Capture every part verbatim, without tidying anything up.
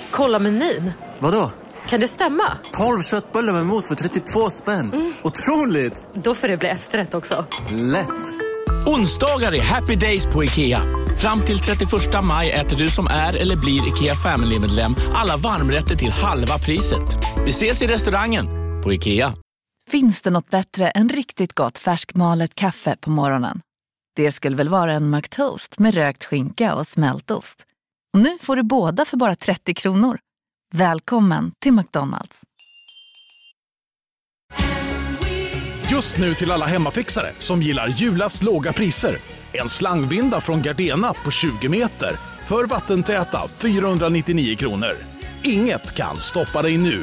Kolla menyn. Vadå? Kan det stämma? tolv köttbullar med mos för trettiotvå spänn. Mm. Otroligt! Då får det bli efterrätt också. Lätt! Onsdagar är happy days på IKEA. Fram till trettioförsta maj äter du som är eller blir IKEA Family-medlem alla varmrätter till halva priset. Vi ses i restaurangen på IKEA. Finns det något bättre än riktigt gott färskmalet kaffe på morgonen? Det skulle väl vara en McToast med rökt skinka och smältost. Och nu får du båda för bara trettio kronor. Välkommen till McDonald's. Just nu till alla hemmafixare som gillar julast låga priser. En slangvinda från Gardena på tjugo meter för vattentäta fyrahundranittionio kronor. Inget kan stoppa dig nu.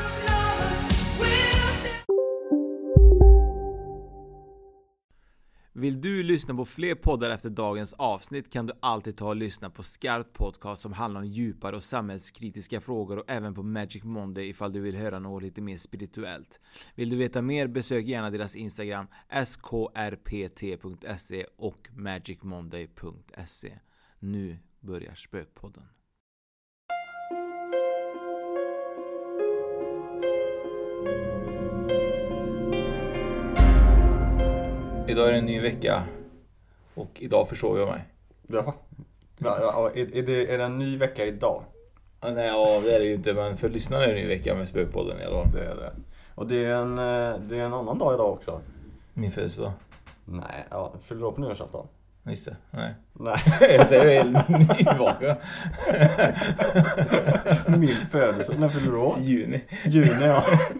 Vill du lyssna på fler poddar efter dagens avsnitt kan du alltid ta och lyssna på Skarpt podcast som handlar om djupare och samhällskritiska frågor och även på Magic Monday ifall du vill höra något lite mer spirituellt. Vill du veta mer, besök gärna deras Instagram s k r p t punkt se och magic monday punkt se. Nu börjar Spökpodden. Idag är det en ny vecka och idag förstår jag mig. Ja, ja, ja är, är, det, är det en ny vecka idag? Ja, nej, ja, det är det ju inte, men för lyssnarna är det en ny vecka med Spökpodden i alla fall. Det är det. Och det är en, det är en annan dag idag också. Min födelsedag. Nej, ja, fyller du på nyårsafton? Just det, nej. Nej. Jag säger det är nyvaka. Min födelsedag, när fyller du då? Juni. Juni, ja.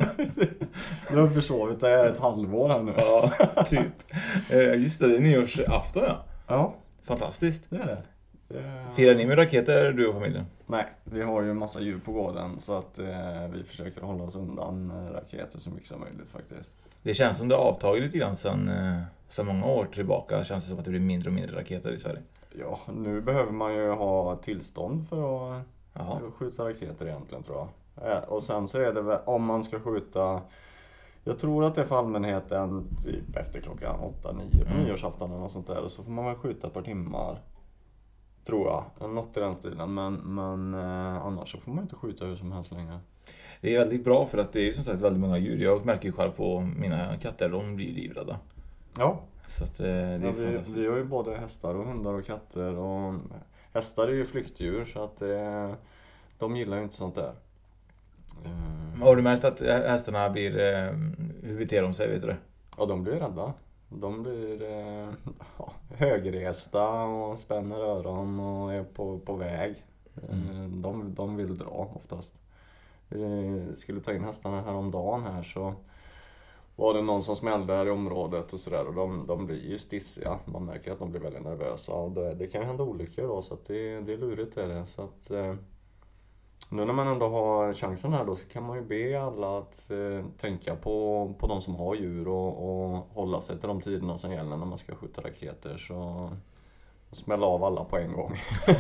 Du har försovit, det är ett halvår här nu. Ja, typ. Just det, det är nyårsafton, ja. Ja. Fantastiskt. Det är det. det... Firar ni med raketer, du och familjen? Nej, vi har ju en massa djur på gården så att eh, vi försöker hålla oss undan raketer så mycket som möjligt faktiskt. Det känns som det har avtagit lite grann sedan, eh, sedan många år tillbaka. Känns det som att det blir mindre och mindre raketer i Sverige? Ja, nu behöver man ju ha tillstånd för att Jaha. skjuta raketer egentligen, tror jag. Ja, och sen så är det väl, om man ska skjuta, jag tror att det är för allmänheten typ efter klockan åtta nio på mm. nyårsafton och sånt där, så får man väl skjuta ett par timmar, tror jag, något i den stilen, men, men eh, annars så får man inte skjuta hur som helst längre. Det är väldigt bra för att det är ju som sagt väldigt många djur. Jag märker ju själv på mina katter, de blir livrädda. Ja. Så att, eh, det är ja, vi, fantastiskt. vi har ju både hästar och hundar och katter, och hästar är ju flyktdjur så att eh, de gillar ju inte sånt där. Mm. Har du märkt att hästarna blir, eh, hur beter de sig, vet du det? Ja, de blir rädda. De blir eh, ja, högresta och spänner öron och är på, på väg. Mm. De, de vill dra oftast. Vi skulle ta in hästarna häromdagen här, så var det någon som smällde här i området och sådär, och de, de blir ju stissiga. Man märker att de blir väldigt nervösa, och det, det kan hända olyckor då, så att det, det är lurigt är det. Så att eh, nu när man ändå har chansen här då, så kan man ju be alla att eh, tänka på, på de som har djur och, och hålla sig till de tiderna som gäller när man ska skjuta raketer, så smälla av alla på en gång.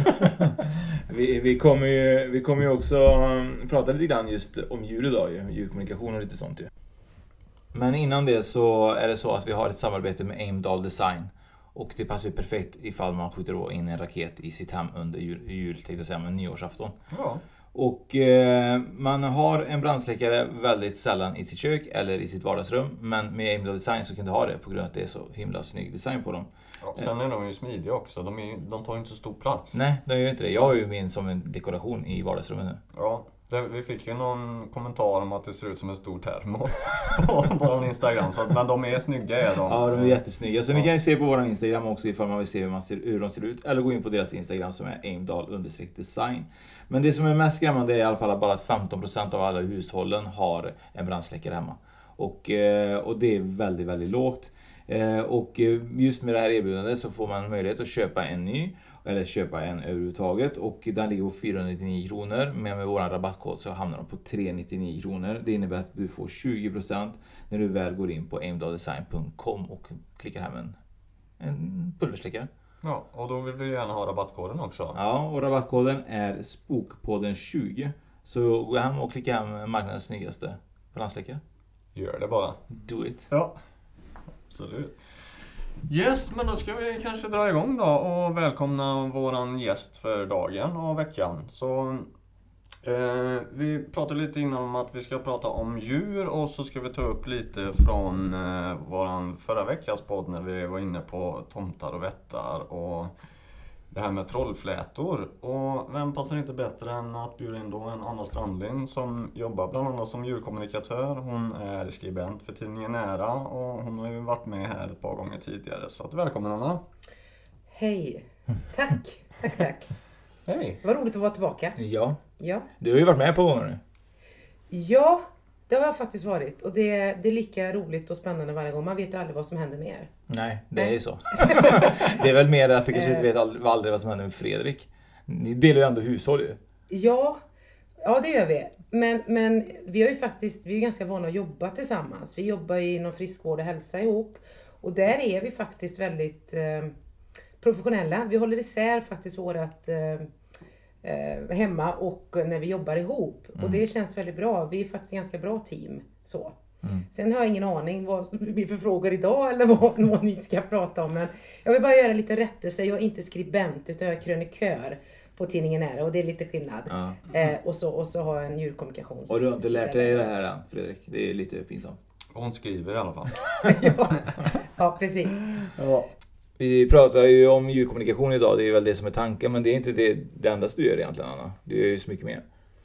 vi, vi kommer ju, vi kommer ju också prata lite grann just om djur idag, ju, djurkommunikation och lite sånt ju. Men innan det så är det så att vi har ett samarbete med Aimdal Design. Och det passar ju perfekt ifall man skjuter in en raket i sitt hem under jul, jul tänkte jag säga, med nyårsafton. Ja. Och eh, man har en brandsläckare väldigt sällan i sitt kök eller i sitt vardagsrum. Men med Aimdal Design så kan du ha det på grund av att det är så himla snygg design på dem. Ja, sen är de ju smidiga också. De, är, de tar ju inte så stor plats. Nej, de gör ju inte det. Jag har ju min som en dekoration i vardagsrummet nu. Ja, det, vi fick ju någon kommentar om att det ser ut som en stor termos på vår Instagram. Så, men de är snygga, är de. Ja, de är jättesnygga. Så ja. ni kan ju se på vår Instagram också ifall man vill se hur, man ser, hur de ser ut. Eller gå in på deras Instagram som är aimdal understreck design. Men det som är mest skrämmande är i alla fall att bara att femton procent av alla hushållen har en brandsläckare hemma. Och, och det är väldigt, väldigt lågt. Och just med det här erbjudandet så får man möjlighet att köpa en ny, eller köpa en överhuvudtaget, och den ligger på fyrahundranittionio kronor, men med våran rabattkod så hamnar de på trehundranittionio kronor. Det innebär att du får tjugo procent när du väl går in på aimdaldesign punkt com och klickar hem en, en pulversläckare. Ja, och då vill du gärna ha rabattkoden också. Ja, och rabattkoden är spokpodden tjugo. Så gå hem och klicka hem marknadens snyggaste brandsläckare. Gör det bara. Do it. Ja, absolut. Yes, men då ska vi kanske dra igång då och välkomna våran gäst för dagen och veckan. Så Eh, vi pratade lite innan om att vi ska prata om djur och så ska vi ta upp lite från eh, våran förra veckas podd när vi var inne på tomtar och vättar och det här med trollflätor. Och vem passar inte bättre än att bjuda in då en Anna Strandlind som jobbar bland annat som djurkommunikatör. Hon är skribent för tidningen Nära och hon har ju varit med här ett par gånger tidigare. Så välkommen Anna! Hej! Tack! Tack, tack! Hej! Vad roligt att vara tillbaka. Ja, Ja, du har ju varit med på gånger nu. ja det har jag faktiskt varit. Och det, det är lika roligt och spännande varje gång. Man vet ju aldrig vad som händer med er. Nej, det är ju så. Det är väl mer att du kanske inte vet aldrig, aldrig vad som händer med Fredrik. Ni delar ju ändå hushåll ju. Ja, ja det gör vi. Men, men vi har ju faktiskt, vi är ju ganska vana att jobba tillsammans. Vi jobbar ju inom friskvård och hälsa ihop. Och där är vi faktiskt väldigt eh, professionella. Vi håller isär faktiskt vårat eh, eh, hemma och när vi jobbar ihop. Mm. Och det känns väldigt bra. Vi är faktiskt en ganska bra team. Så. Mm. Sen har jag ingen aning vad vi för frågor idag eller vad, vad ni ska prata om. Men jag vill bara göra lite rättelse. Jag är inte skribent utan jag är krönikör på tidningen Nära och det är lite skillnad. Ja. Eh, och, så, och så har jag en djurkommunikations... Och du har inte lärt dig det här än, Fredrik? Det är lite pinsamt. Hon skriver i alla fall. ja. ja, precis. Ja. Vi pratar ju om djurkommunikation idag, det är väl det som är tanken, men det är inte det, det enda du gör egentligen, Anna. Du gör ju så mycket mer.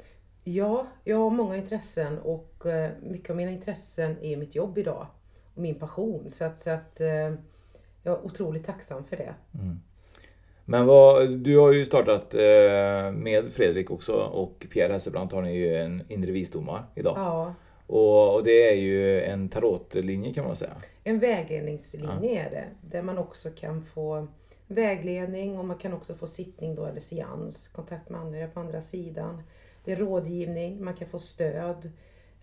Ja, jag har många intressen och mycket av mina intressen är mitt jobb idag. Och min passion, så att, så att jag är otroligt tacksam för det. Mm. Men vad, du har ju startat med Fredrik också och Pierre Hesselbrandt har ni ju en inre visdomar idag. Ja. Och, och det är ju en tarotlinje kan man säga. En vägledningslinje ja. Är det. Där man också kan få vägledning och man kan också få sittning då eller seans. Kontakt med andra på andra sidan. Det är rådgivning, man kan få stöd.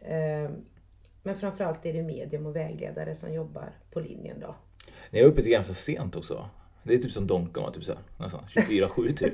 Men framförallt är det medium och vägledare som jobbar på linjen då. Ni är uppe till ganska sent också. Det är typ som Donken, typ så här, nästan tjugofyra sju typ.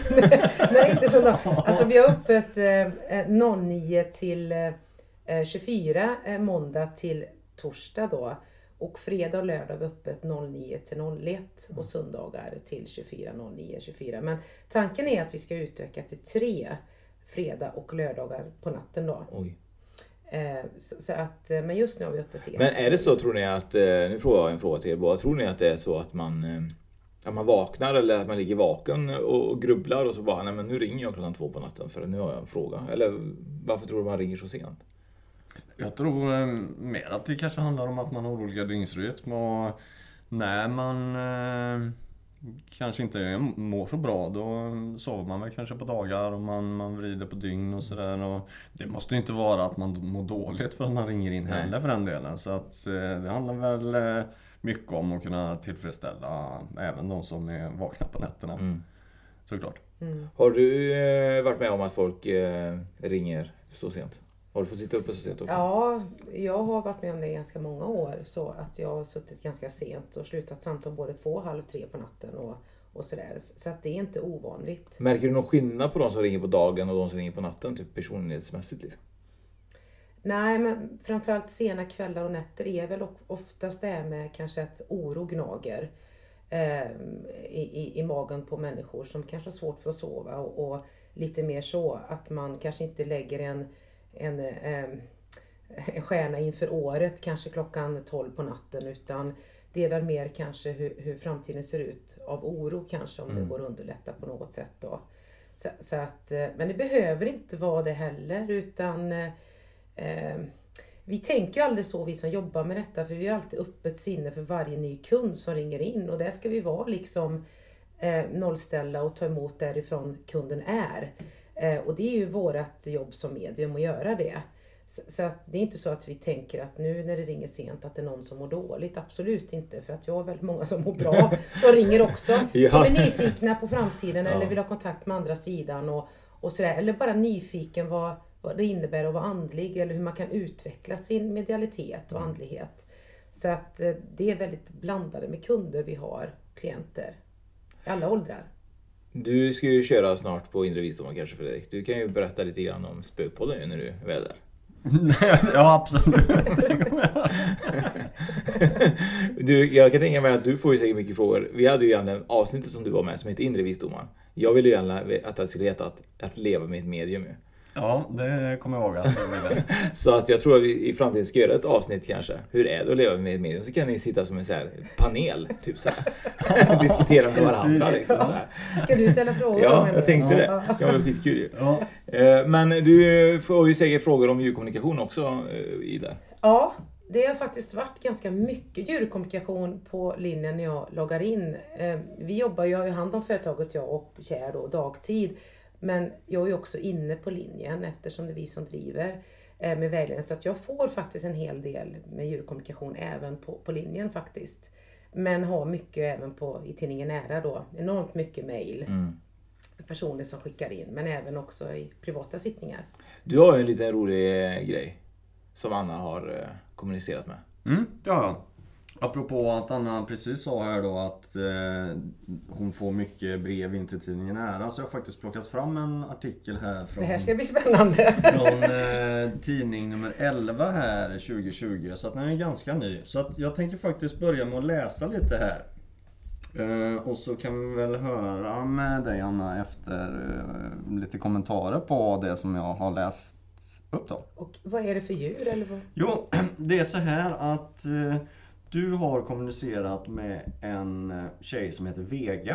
Nej, inte som Donken. Alltså vi har öppet eh, noll nio till eh, tjugofyra, eh, måndag till torsdag då. Och fredag och lördag är öppet noll nio till noll ett och söndagar till tjugofyra noll nio tjugofyra. Men tanken är att vi ska utöka till tre fredag och lördagar på natten då. Oj. Eh, så, så att, men just nu har vi öppet till. Men är det så, tror ni att, nu frågar jag en fråga till er båda, tror ni att det är så att man... Att man vaknar eller att man ligger vaken och grubblar och så bara, nej men nu ringer jag klockan två på natten för nu har jag en fråga. Eller varför tror du man ringer så sent? Jag tror eh, mer att det kanske handlar om att man har olika dygnsrytm och när man eh, kanske inte mår så bra då sover man väl kanske på dagar och man, man vrider på dygn och sådär. Och det måste ju inte vara att man mår dåligt för att man ringer in heller nej. För den delen. Så att eh, det handlar väl... Eh, mycket om att kunna tillfredsställa även de som är vakna på nätterna. Mm. Såklart. Mm. Har du eh, varit med om att folk eh, ringer så sent? Har du fått sitta uppe så sent också? Ja, jag har varit med om det i ganska många år. Så att jag har suttit ganska sent och slutat samtal både två och halv tre på natten och, och sådär. Så att det är inte ovanligt. Märker du någon skillnad på de som ringer på dagen och de som ringer på natten? Typ personlighetsmässigt liksom? Nej, men framförallt sena kvällar och nätter är väl oftast det med kanske att oro gnager eh, i, i, i magen på människor som kanske har svårt för att sova. Och, och lite mer så att man kanske inte lägger en, en, eh, en stjärna inför året kanske klockan tolv på natten. Utan det är väl mer kanske hur, hur framtiden ser ut av oro kanske om mm. det går att underlätta på något sätt då. Så, så att, men det behöver inte vara det heller utan... Eh, vi tänker ju aldrig så vi som jobbar med detta för vi har alltid öppet sinne för varje ny kund som ringer in och där ska vi vara liksom eh, nollställa och ta emot därifrån kunden är eh, och det är ju vårat jobb som medium att göra det så, så att det är inte så att vi tänker att nu när det ringer sent att det är någon som mår dåligt, absolut inte för att jag har väldigt många som mår bra som ringer också ja. Som är nyfikna på framtiden ja. Eller vill ha kontakt med andra sidan och, och sådär, eller bara nyfiken vad vad det innebär att vara andlig eller hur man kan utveckla sin medialitet och andlighet. Så att det är väldigt blandade med kunder vi har, klienter, i alla åldrar. Du ska ju köra snart på inre visdomar kanske Fredrik. Du kan ju berätta lite grann om spökpodden när du är väl där. Ja, absolut. du, jag kan tänka mig att du får ju säkert mycket frågor. Vi hade ju gärna avsnittet som du var med som heter inre visdomar. Jag ville ju gärna att det skulle heta att, att leva med ett medium. Ja, det kommer jag ihåg att det blir. Så att jag tror att vi i framtiden ska göra ett avsnitt kanske. Hur är det att leva med ett medium? Så kan ni sitta som en så här panel, typ så här. Och diskutera med varandra. Liksom, så här. Ska du ställa frågor? Ja, då, jag tänkte det. Ja. Det var skitkul ju. Ja. Men du får ju säkert frågor om djurkommunikation också, Ida. Ja, det har faktiskt varit ganska mycket djurkommunikation på linjen när jag loggar in. Vi jobbar ju, jag har ju hand om företaget, jag och Kär då, dagtid. Men jag är ju också inne på linjen eftersom det är vi som driver med vägledning. Så att jag får faktiskt en hel del med djurkommunikation även på, på linjen faktiskt. Men har mycket även på, i tidningen Nära då. Enormt mycket mejl. Mm. Personer som skickar in, men även också i privata sittningar. Du har ju en liten rolig grej som Anna har kommunicerat med. Mm, det har jag. Apropå att Anna precis sa här då att eh, hon får mycket brev in till tidningen Nära, så jag har faktiskt plockat fram en artikel här från, det här ska bli spännande. från eh, tidning nummer elva här tjugo tjugo, så att den är ganska ny. Så att jag tänkte faktiskt börja med att läsa lite här. Eh, och så kan vi väl höra med dig Anna efter eh, lite kommentarer på det som jag har läst upp då. Och vad är det för djur eller vad? Jo, det är så här att eh, du har kommunicerat med en tjej som heter Vega.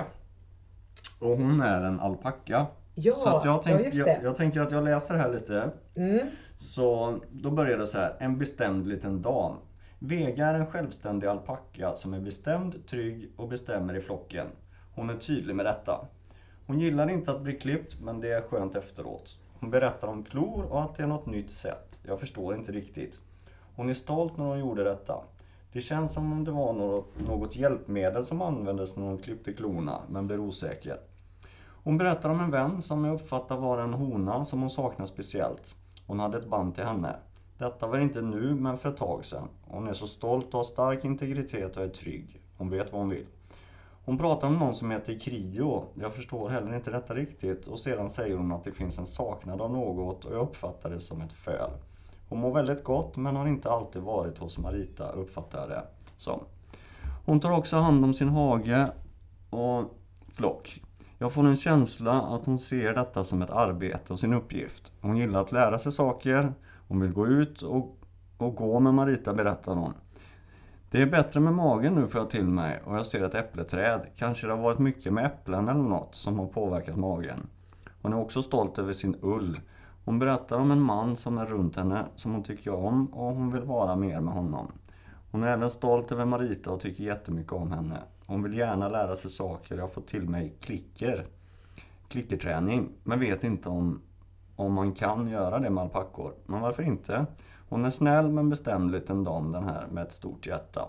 Och hon är en alpacka. Ja, så att jag, tänk, ja just det. jag, jag tänker att jag läser här lite. Mm. Så då börjar det så här. En bestämd liten dam. Vega är en självständig alpacka som är bestämd, trygg och bestämmer i flocken. Hon är tydlig med detta. Hon gillar inte att bli klippt, men det är skönt efteråt. Hon berättar om klor och att det är något nytt sätt. Jag förstår inte riktigt. Hon är stolt när hon gjorde detta. Det känns som om det var något, något hjälpmedel som användes när hon klippte klorna, men blir osäker. Hon berättar om en vän som jag uppfattar var en hona som hon saknar speciellt. Hon hade ett band till henne. Detta var inte nu, men för ett tag sedan. Hon är så stolt och har stark integritet och är trygg. Hon vet vad hon vill. Hon pratar om någon som heter Krio. Jag förstår heller inte detta riktigt. Och sedan säger hon att det finns en saknad av något och jag uppfattar det som ett föl. Hon mår väldigt gott men har inte alltid varit hos Marita, uppfattar jag det som. Hon tar också hand om sin hage och flock. Jag får en känsla att hon ser detta som ett arbete och sin uppgift. Hon gillar att lära sig saker. Hon vill gå ut och, och gå med Marita, berättar hon. Det är bättre med magen nu, får jag till mig, och jag ser ett äppleträd. Kanske det har varit mycket med äpplen eller något som har påverkat magen. Hon är också stolt över sin ull. Hon berättar om en man som är runt henne som hon tycker om och hon vill vara mer med honom. Hon är även stolt över Marita och tycker jättemycket om henne. Hon vill gärna lära sig saker. Jag har fått till mig klicker. Klickerträning. Men vet inte om, om man kan göra det med alpackor. Men varför inte? Hon är snäll men bestämd liten dam, den här med ett stort hjärta.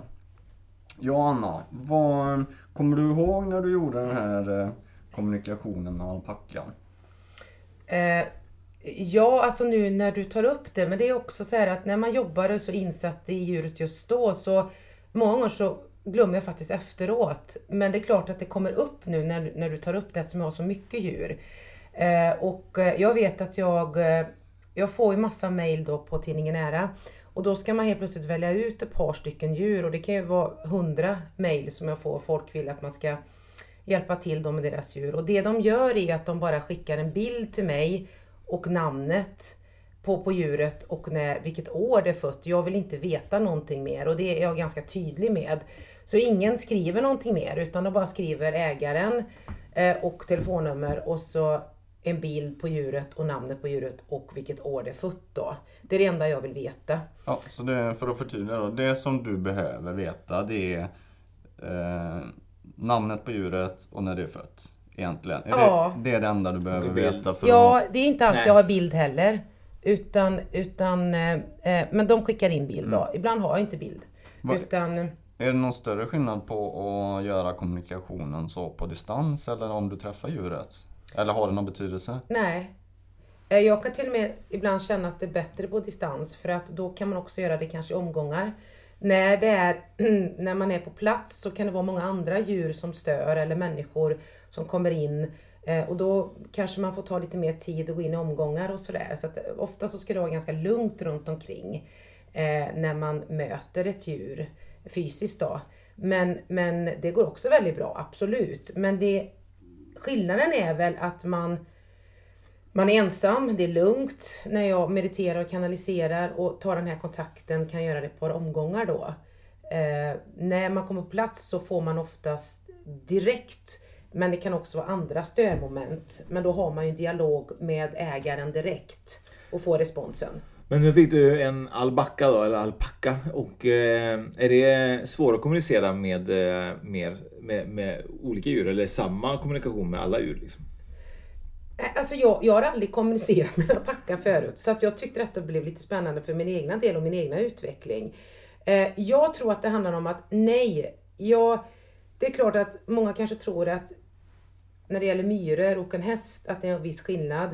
Ja Anna, vad kommer du ihåg när du gjorde den här eh, kommunikationen med alpackan? Eh, ja, alltså nu när du tar upp det, men det är också så här att när man jobbar så insatt i djuret just då, så många gånger så glömmer jag faktiskt efteråt. Men det är klart att det kommer upp nu när, när du tar upp det som jag har så mycket djur. Eh, och jag vet att jag... Jag får ju massa mejl då på tidningen Nära. Och då ska man helt plötsligt välja ut ett par stycken djur. Och det kan ju vara hundra mejl som jag får. Folk vill att man ska hjälpa till dem med deras djur. Och det de gör är att de bara skickar en bild till mig. Och namnet på, på djuret. Och när, vilket år det är fött. Jag vill inte veta någonting mer. Och det är jag ganska tydlig med. Så ingen skriver någonting mer. Utan de bara skriver ägaren eh, och telefonnummer. Och så... en bild på djuret och namnet på djuret och vilket år det är fött då. Det är det enda jag vill veta. Ja, så det, för att förtydliga då. Det som du behöver veta, det är eh, namnet på djuret och när det är fött. Egentligen. Är ja. det, det är det enda du behöver veta. För ja, att... det är inte alltid Nej. jag har bild heller. Utan, utan eh, men de skickar in bild då. Mm. Ibland har jag inte bild. Va? Utan... Är det någon större skillnad på att göra kommunikationen så på distans eller om du träffar djuret? Eller har det någon betydelse? Nej. Jag kan till och med ibland känna att det är bättre på distans. För att då kan man också göra det kanske i omgångar. När, det är, när man är på plats så kan det vara många andra djur som stör. Eller människor som kommer in. Och då kanske man får ta lite mer tid och gå in i omgångar och sådär. Så att ofta så ska det vara ganska lugnt runt omkring. När man möter ett djur fysiskt då. Men, men det går också väldigt bra, absolut. Men det... Skillnaden är väl att man, Man är ensam, det är lugnt när jag mediterar och kanaliserar och tar den här kontakten, kan göra det ett par omgångar då. Eh, när man kommer på plats så får man oftast direkt, men det kan också vara andra störmoment. Men då har man ju en dialog med ägaren direkt och får responsen. Men nu fick du en alpacka då, eller alpacka, och eh, är det svårt att kommunicera med, eh, med, med, med olika djur, eller samma kommunikation med alla djur liksom? Alltså jag, jag har aldrig kommunicerat med alpacka förut, så att jag tyckte att det blev lite spännande för min egna del och min egna utveckling. Eh, jag tror att det handlar om att nej, jag, det är klart att många kanske tror att när det gäller myror och en häst att det är en viss skillnad.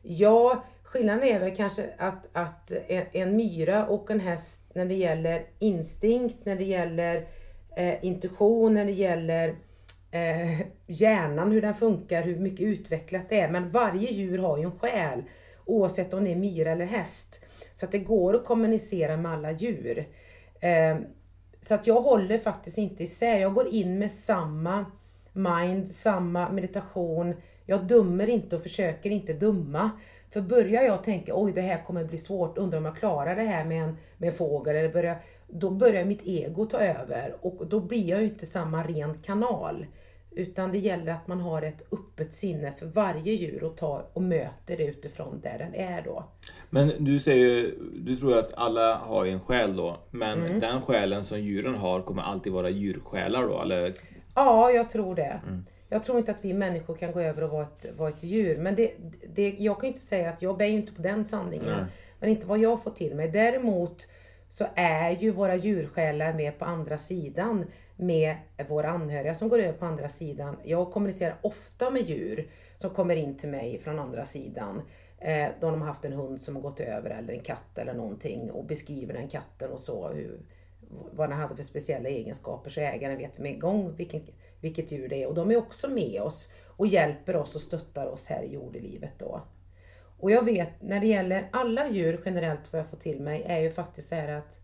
Ja, skillnaden är väl kanske att, att en, en myra och en häst när det gäller instinkt, när det gäller eh, intuition, när det gäller eh, hjärnan, hur den funkar, hur mycket utvecklat det är. Men varje djur har ju en själ, oavsett om det är myra eller häst. Så att det går att kommunicera med alla djur. Eh, så att jag håller faktiskt inte isär. Jag går in med samma mind, samma meditation. Jag dömer inte och försöker inte dumma. För börjar jag tänka, oj det här kommer bli svårt, undrar om jag klarar det här med en, med en fågel. Eller börjar, då börjar mitt ego ta över. Och då blir jag ju inte samma ren kanal. Utan det gäller att man har ett öppet sinne för varje djur och, tar, och möter det utifrån där den är då. Men du säger ju, du tror att alla har en själ då. Men Mm. den själen som djuren har kommer alltid vara djursjälar då? Eller? Ja, jag tror det. Mm. Jag tror inte att vi människor kan gå över och vara ett, vara ett djur. Men det, det, jag kan inte säga att jag bär ju inte på den sanningen. Nej. Men inte vad jag får till mig. Däremot så är ju våra djursjälar med på andra sidan. Med våra anhöriga som går över på andra sidan. Jag kommunicerar ofta med djur som kommer in till mig från andra sidan. Eh, då de har haft en hund som har gått över eller en katt eller någonting. Och beskriver den katten och så. Hur, vad den hade för speciella egenskaper. Så ägaren vet med en gång vilken, vilket djur det är. Och de är också med oss. Och hjälper oss och stöttar oss här i jordelivet då. Och jag vet när det gäller alla djur generellt vad jag får till mig. Är ju faktiskt så här att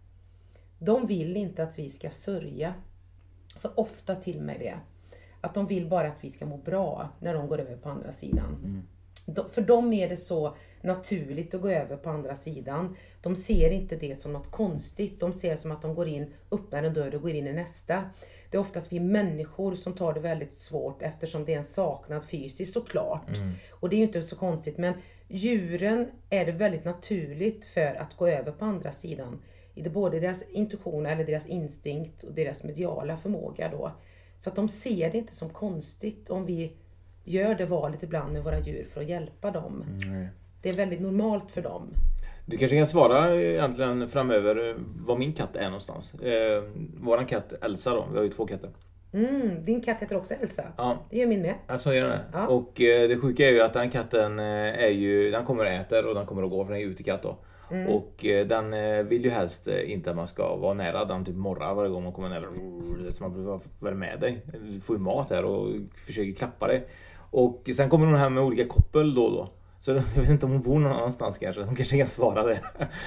de vill inte att vi ska sörja. För ofta till mig det. Att de vill bara att vi ska må bra när de går över på andra sidan. Mm. De, för dem är det så naturligt att gå över på andra sidan. De ser inte det som något konstigt. De ser som att de går in, öppnar en dörr och går in i nästa. Det är oftast vi människor som tar det väldigt svårt eftersom det är en saknad fysiskt såklart. Mm. Och det är ju inte så konstigt. Men djuren är det väldigt naturligt för att gå över på andra sidan. I det både deras intuition eller deras instinkt och deras mediala förmåga då. Så att de ser det inte som konstigt om vi gör det valet ibland med våra djur för att hjälpa dem. Mm. Det är väldigt normalt för dem. Du kanske kan svara egentligen framöver vad min katt är någonstans. Eh, våran katt Elsa då, vi har ju två katter. Mm, din katt heter också Elsa. Ja. Det gör min med. Alltså gör det. Ja. Och eh, det sjuka är ju att den katten är ju, den kommer och äter och den kommer att gå för den är utekatt då. Mm. Och eh, den eh, vill ju helst eh, inte att man ska vara nära. Den typ morrar varje gång man kommer nära. Så man behöver vara med dig. Du får ju mat här och försöker klappa dig. Och sen kommer hon här med olika koppel då och då. Så jag vet inte om hon bor någon annanstans kanske. Hon kanske kan svara det.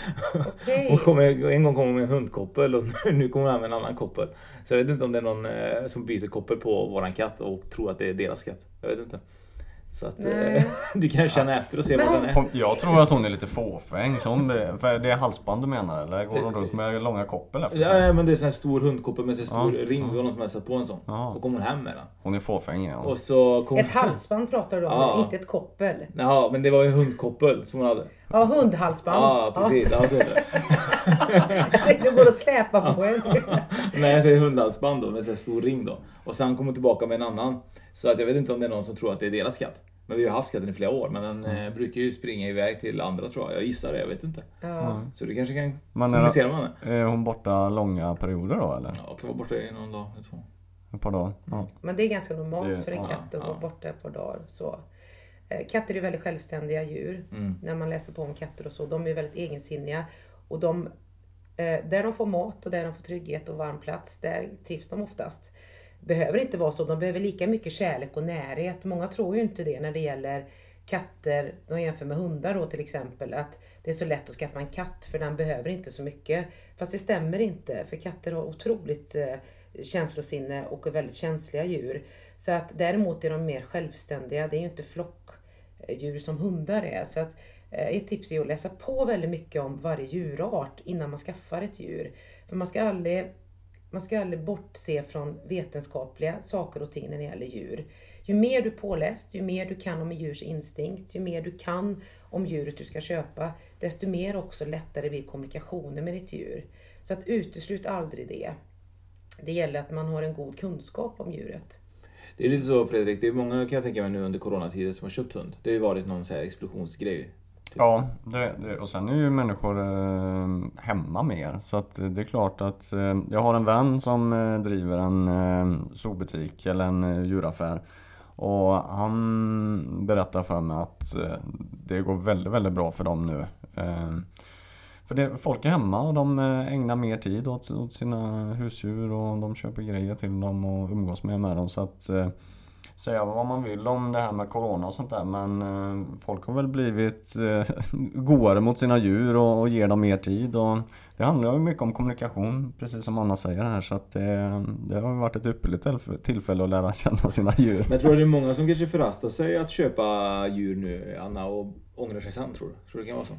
Okay. Hon kommer, en gång kommer hon med en hundkoppel och nu kommer hon här med en annan koppel. Så jag vet inte om det är någon eh, som byter koppel på våran katt och tror att det är deras katt. Jag vet inte. Så att eh, du kan känna ja. efter och se men vad den är. Jag tror att hon är lite fåfäng. Så hon, för det är halsband du menar? Eller går hon runt med långa koppel efter sig? Ja, men det är en stor hundkoppel med en stor ja. ring. Vi har någon som har satt på en sån. Ja. Och kommer hon hem med den. Hon är fåfäng igen. Och så kom... Ett halsband pratar du om, ja. inte ett koppel. Ja, men det var ju en hundkoppel som hon hade. Ja, hundhalsband. Ja, precis. Ja. Ja, jag tänkte att du går och släpa på en. Nej, jag säger hundhalsband då med en stor ring då. Och sen kommer hon tillbaka med en annan. Så att jag vet inte om det är någon som tror att det är deras katt. Men vi har haft katten i flera år. Men den mm. eh, brukar ju springa iväg till andra tror jag. Jag gissar det, jag vet inte. Ja. Så du kanske kan men kommunicera med henne. Är hon borta långa perioder då eller? Ja, kan vara borta i någon dag eller två. Ett par dagar. Ja. Men det är ganska normalt det, för en ja, katt att ja. vara borta ett par dagar. Så. Eh, katter är väldigt självständiga djur. Mm. När man läser på om katter och så. De är väldigt egensinniga. Och de, eh, där de får mat och där de får trygghet och varm plats. Där trivs de oftast. Behöver inte vara så. De behöver lika mycket kärlek och närhet. Många tror ju inte det när det gäller katter. De jämför med hundar då till exempel. Att det är så lätt att skaffa en katt. För den behöver inte så mycket. Fast det stämmer inte. För katter har otroligt eh, känslosinne och är väldigt känsliga djur. Så att däremot är de mer självständiga. Det är ju inte flock djur som hundar är. Så att ett tips är att läsa på väldigt mycket om varje djurart innan man skaffar ett djur. För man ska aldrig, man ska aldrig bortse från vetenskapliga saker och ting när det gäller djur. Ju mer du är påläst, ju mer du kan om en djurs instinkt, ju mer du kan om djuret du ska köpa, desto mer också lättare blir kommunikationen med ditt djur. Så att uteslut aldrig det. Det gäller att man har en god kunskap om djuret. Det är lite så, Fredrik, det är många kan jag tänka mig nu under coronatiden som har köpt hund. Det har ju varit någon så här explosionsgrej. Typ. Ja, det, det, och sen är ju människor eh, hemma mer. Så att det är klart att eh, jag har en vän som eh, driver en eh, zoobutik eller en eh, djuraffär. Och han berättar för mig att eh, det går väldigt, väldigt bra för dem nu. Eh, för det, folk är hemma och de eh, ägnar mer tid åt, åt sina husdjur och de köper grejer till dem och umgås mer med dem. Så att eh, säga vad man vill om det här med corona och sånt där, men eh, folk har väl blivit eh, godare mot sina djur och, och ger dem mer tid. Och det handlar ju mycket om kommunikation, precis som Anna säger här, så att det, det har varit ett ypperligt tillfälle att lära känna sina djur. Men jag tror det är många som kanske förrastar sig att köpa djur nu, Anna, och ångrar sig sen, tror du? Tror det kan vara så?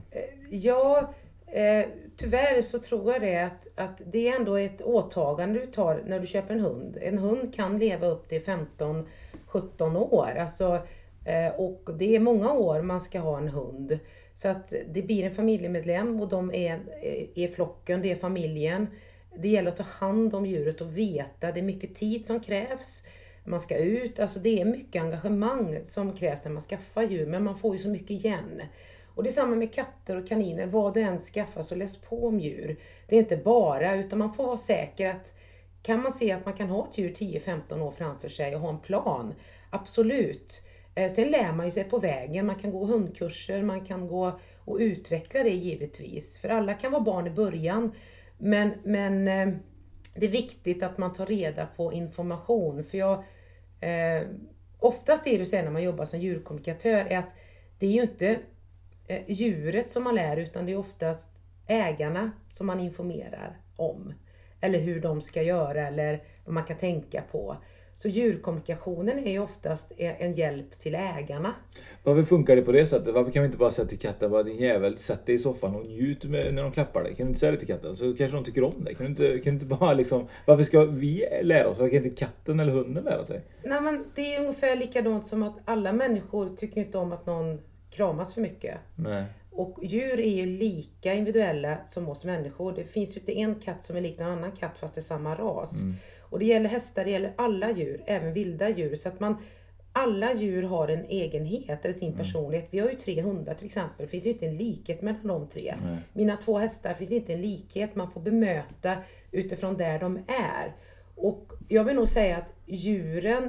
Ja, eh, tyvärr så tror jag det att, att det är ändå ett åtagande du tar när du köper en hund. En hund kan leva upp till femton sjutton år, alltså, eh, och det är många år man ska ha en hund. Så att det blir en familjemedlem och de är, är flocken, det är familjen. Det gäller att ta hand om djuret och veta, det är mycket tid som krävs. Man ska ut, alltså det är mycket engagemang som krävs när man skaffar djur, men man får ju så mycket igen. Och det är samma med katter och kaniner, vad du än skaffar så läs på om djur. Det är inte bara, utan man får vara säker att kan man se att man kan ha ett djur tio femton år framför sig och ha en plan, absolut. Sen lär man ju sig på vägen, man kan gå hundkurser, man kan gå och utveckla det givetvis. För alla kan vara barn i början, men, men det är viktigt att man tar reda på information. För jag, eh, oftast är det så när man jobbar som djurkommunikatör är att det är ju inte eh, djuret som man lär, utan det är oftast ägarna som man informerar om. Eller hur de ska göra eller vad man kan tänka på. Så djurkommunikationen är ju oftast en hjälp till ägarna. Varför funkar det på det sättet? Varför kan vi inte bara säga till katten, bara din jävel, sätt dig i soffan och njut med när de klappar dig? Kan du inte säga det till katten? Så kanske de tycker om det. Kan du inte, kan du inte bara liksom, varför ska vi lära oss? Varför kan inte katten eller hunden lära sig? Nej, men det är ungefär likadant som att alla människor tycker inte om att någon kramas för mycket. Nej. Och djur är ju lika individuella som oss människor. Det finns ju inte en katt som är lik en annan katt fast det är samma ras. Mm. Och det gäller hästar, det gäller alla djur, även vilda djur. Så att man, alla djur har en egenhet eller sin mm. personlighet. Vi har ju tre hundar till exempel. Det finns ju inte en likhet mellan de tre. Mm. Mina två hästar finns inte en likhet. Man får bemöta utifrån där de är. Och jag vill nog säga att djuren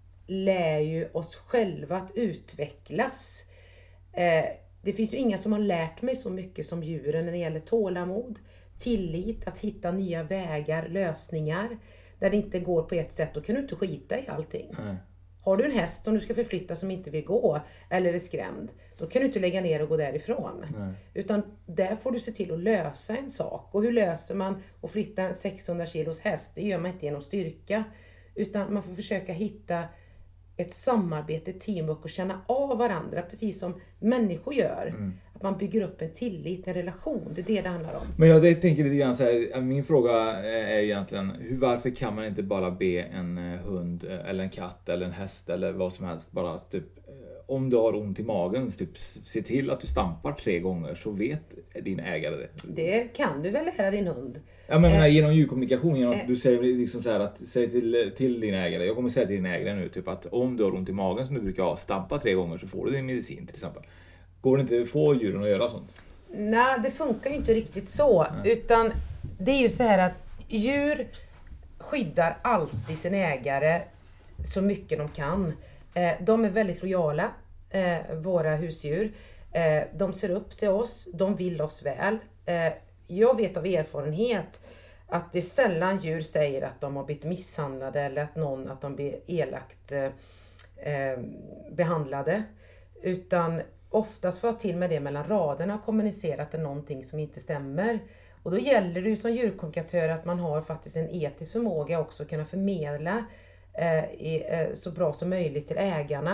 lär ju oss själva att utvecklas. Eh, Det finns ju inga som har lärt mig så mycket som djuren när det gäller tålamod, tillit, att hitta nya vägar, lösningar. Där det inte går på ett sätt, då kan du inte skita i allting. Mm. Har du en häst som du ska förflytta som inte vill gå eller är skrämd, då kan du inte lägga ner och gå därifrån. Mm. Utan där får du se till att lösa en sak. Och hur löser man att flytta en sexhundra kilos häst? Det gör man inte genom styrka. Utan man får försöka hitta ett samarbete, teamwork och känna av varandra precis som människor gör. Mm. Att man bygger upp en tillit, en relation. Det är det det handlar om. Men jag tänker lite grann så här, min fråga är egentligen, hur, varför kan man inte bara be en hund eller en katt eller en häst eller vad som helst bara typ, om du har ont i magen, typ se till att du stampar tre gånger så vet din ägare det. Det kan du väl lära din hund. Ja, men äh, genom djurkommunikation, genom att äh, du säger liksom så här att säg till, till din ägare, jag kommer säga till din ägare nu typ att om du har ont i magen som du brukar ha, stampa tre gånger så får du din medicin till exempel. Går det inte att få djuren att göra sånt? Nej, det funkar ju inte riktigt så. Nej. Utan det är ju så här att djur skyddar alltid sin ägare så mycket de kan. De är väldigt lojala, våra husdjur. De ser upp till oss, de vill oss väl. Jag vet av erfarenhet att det sällan djur säger att de har blivit misshandlade eller att någon att de blir elakt behandlade. Utan oftast får jag till med det mellan raderna och kommunicera att det är någonting som inte stämmer. Och då gäller det ju som djurkommunikatör att man har faktiskt en etisk förmåga också att kunna förmedla eh, i, eh, så bra som möjligt till ägarna.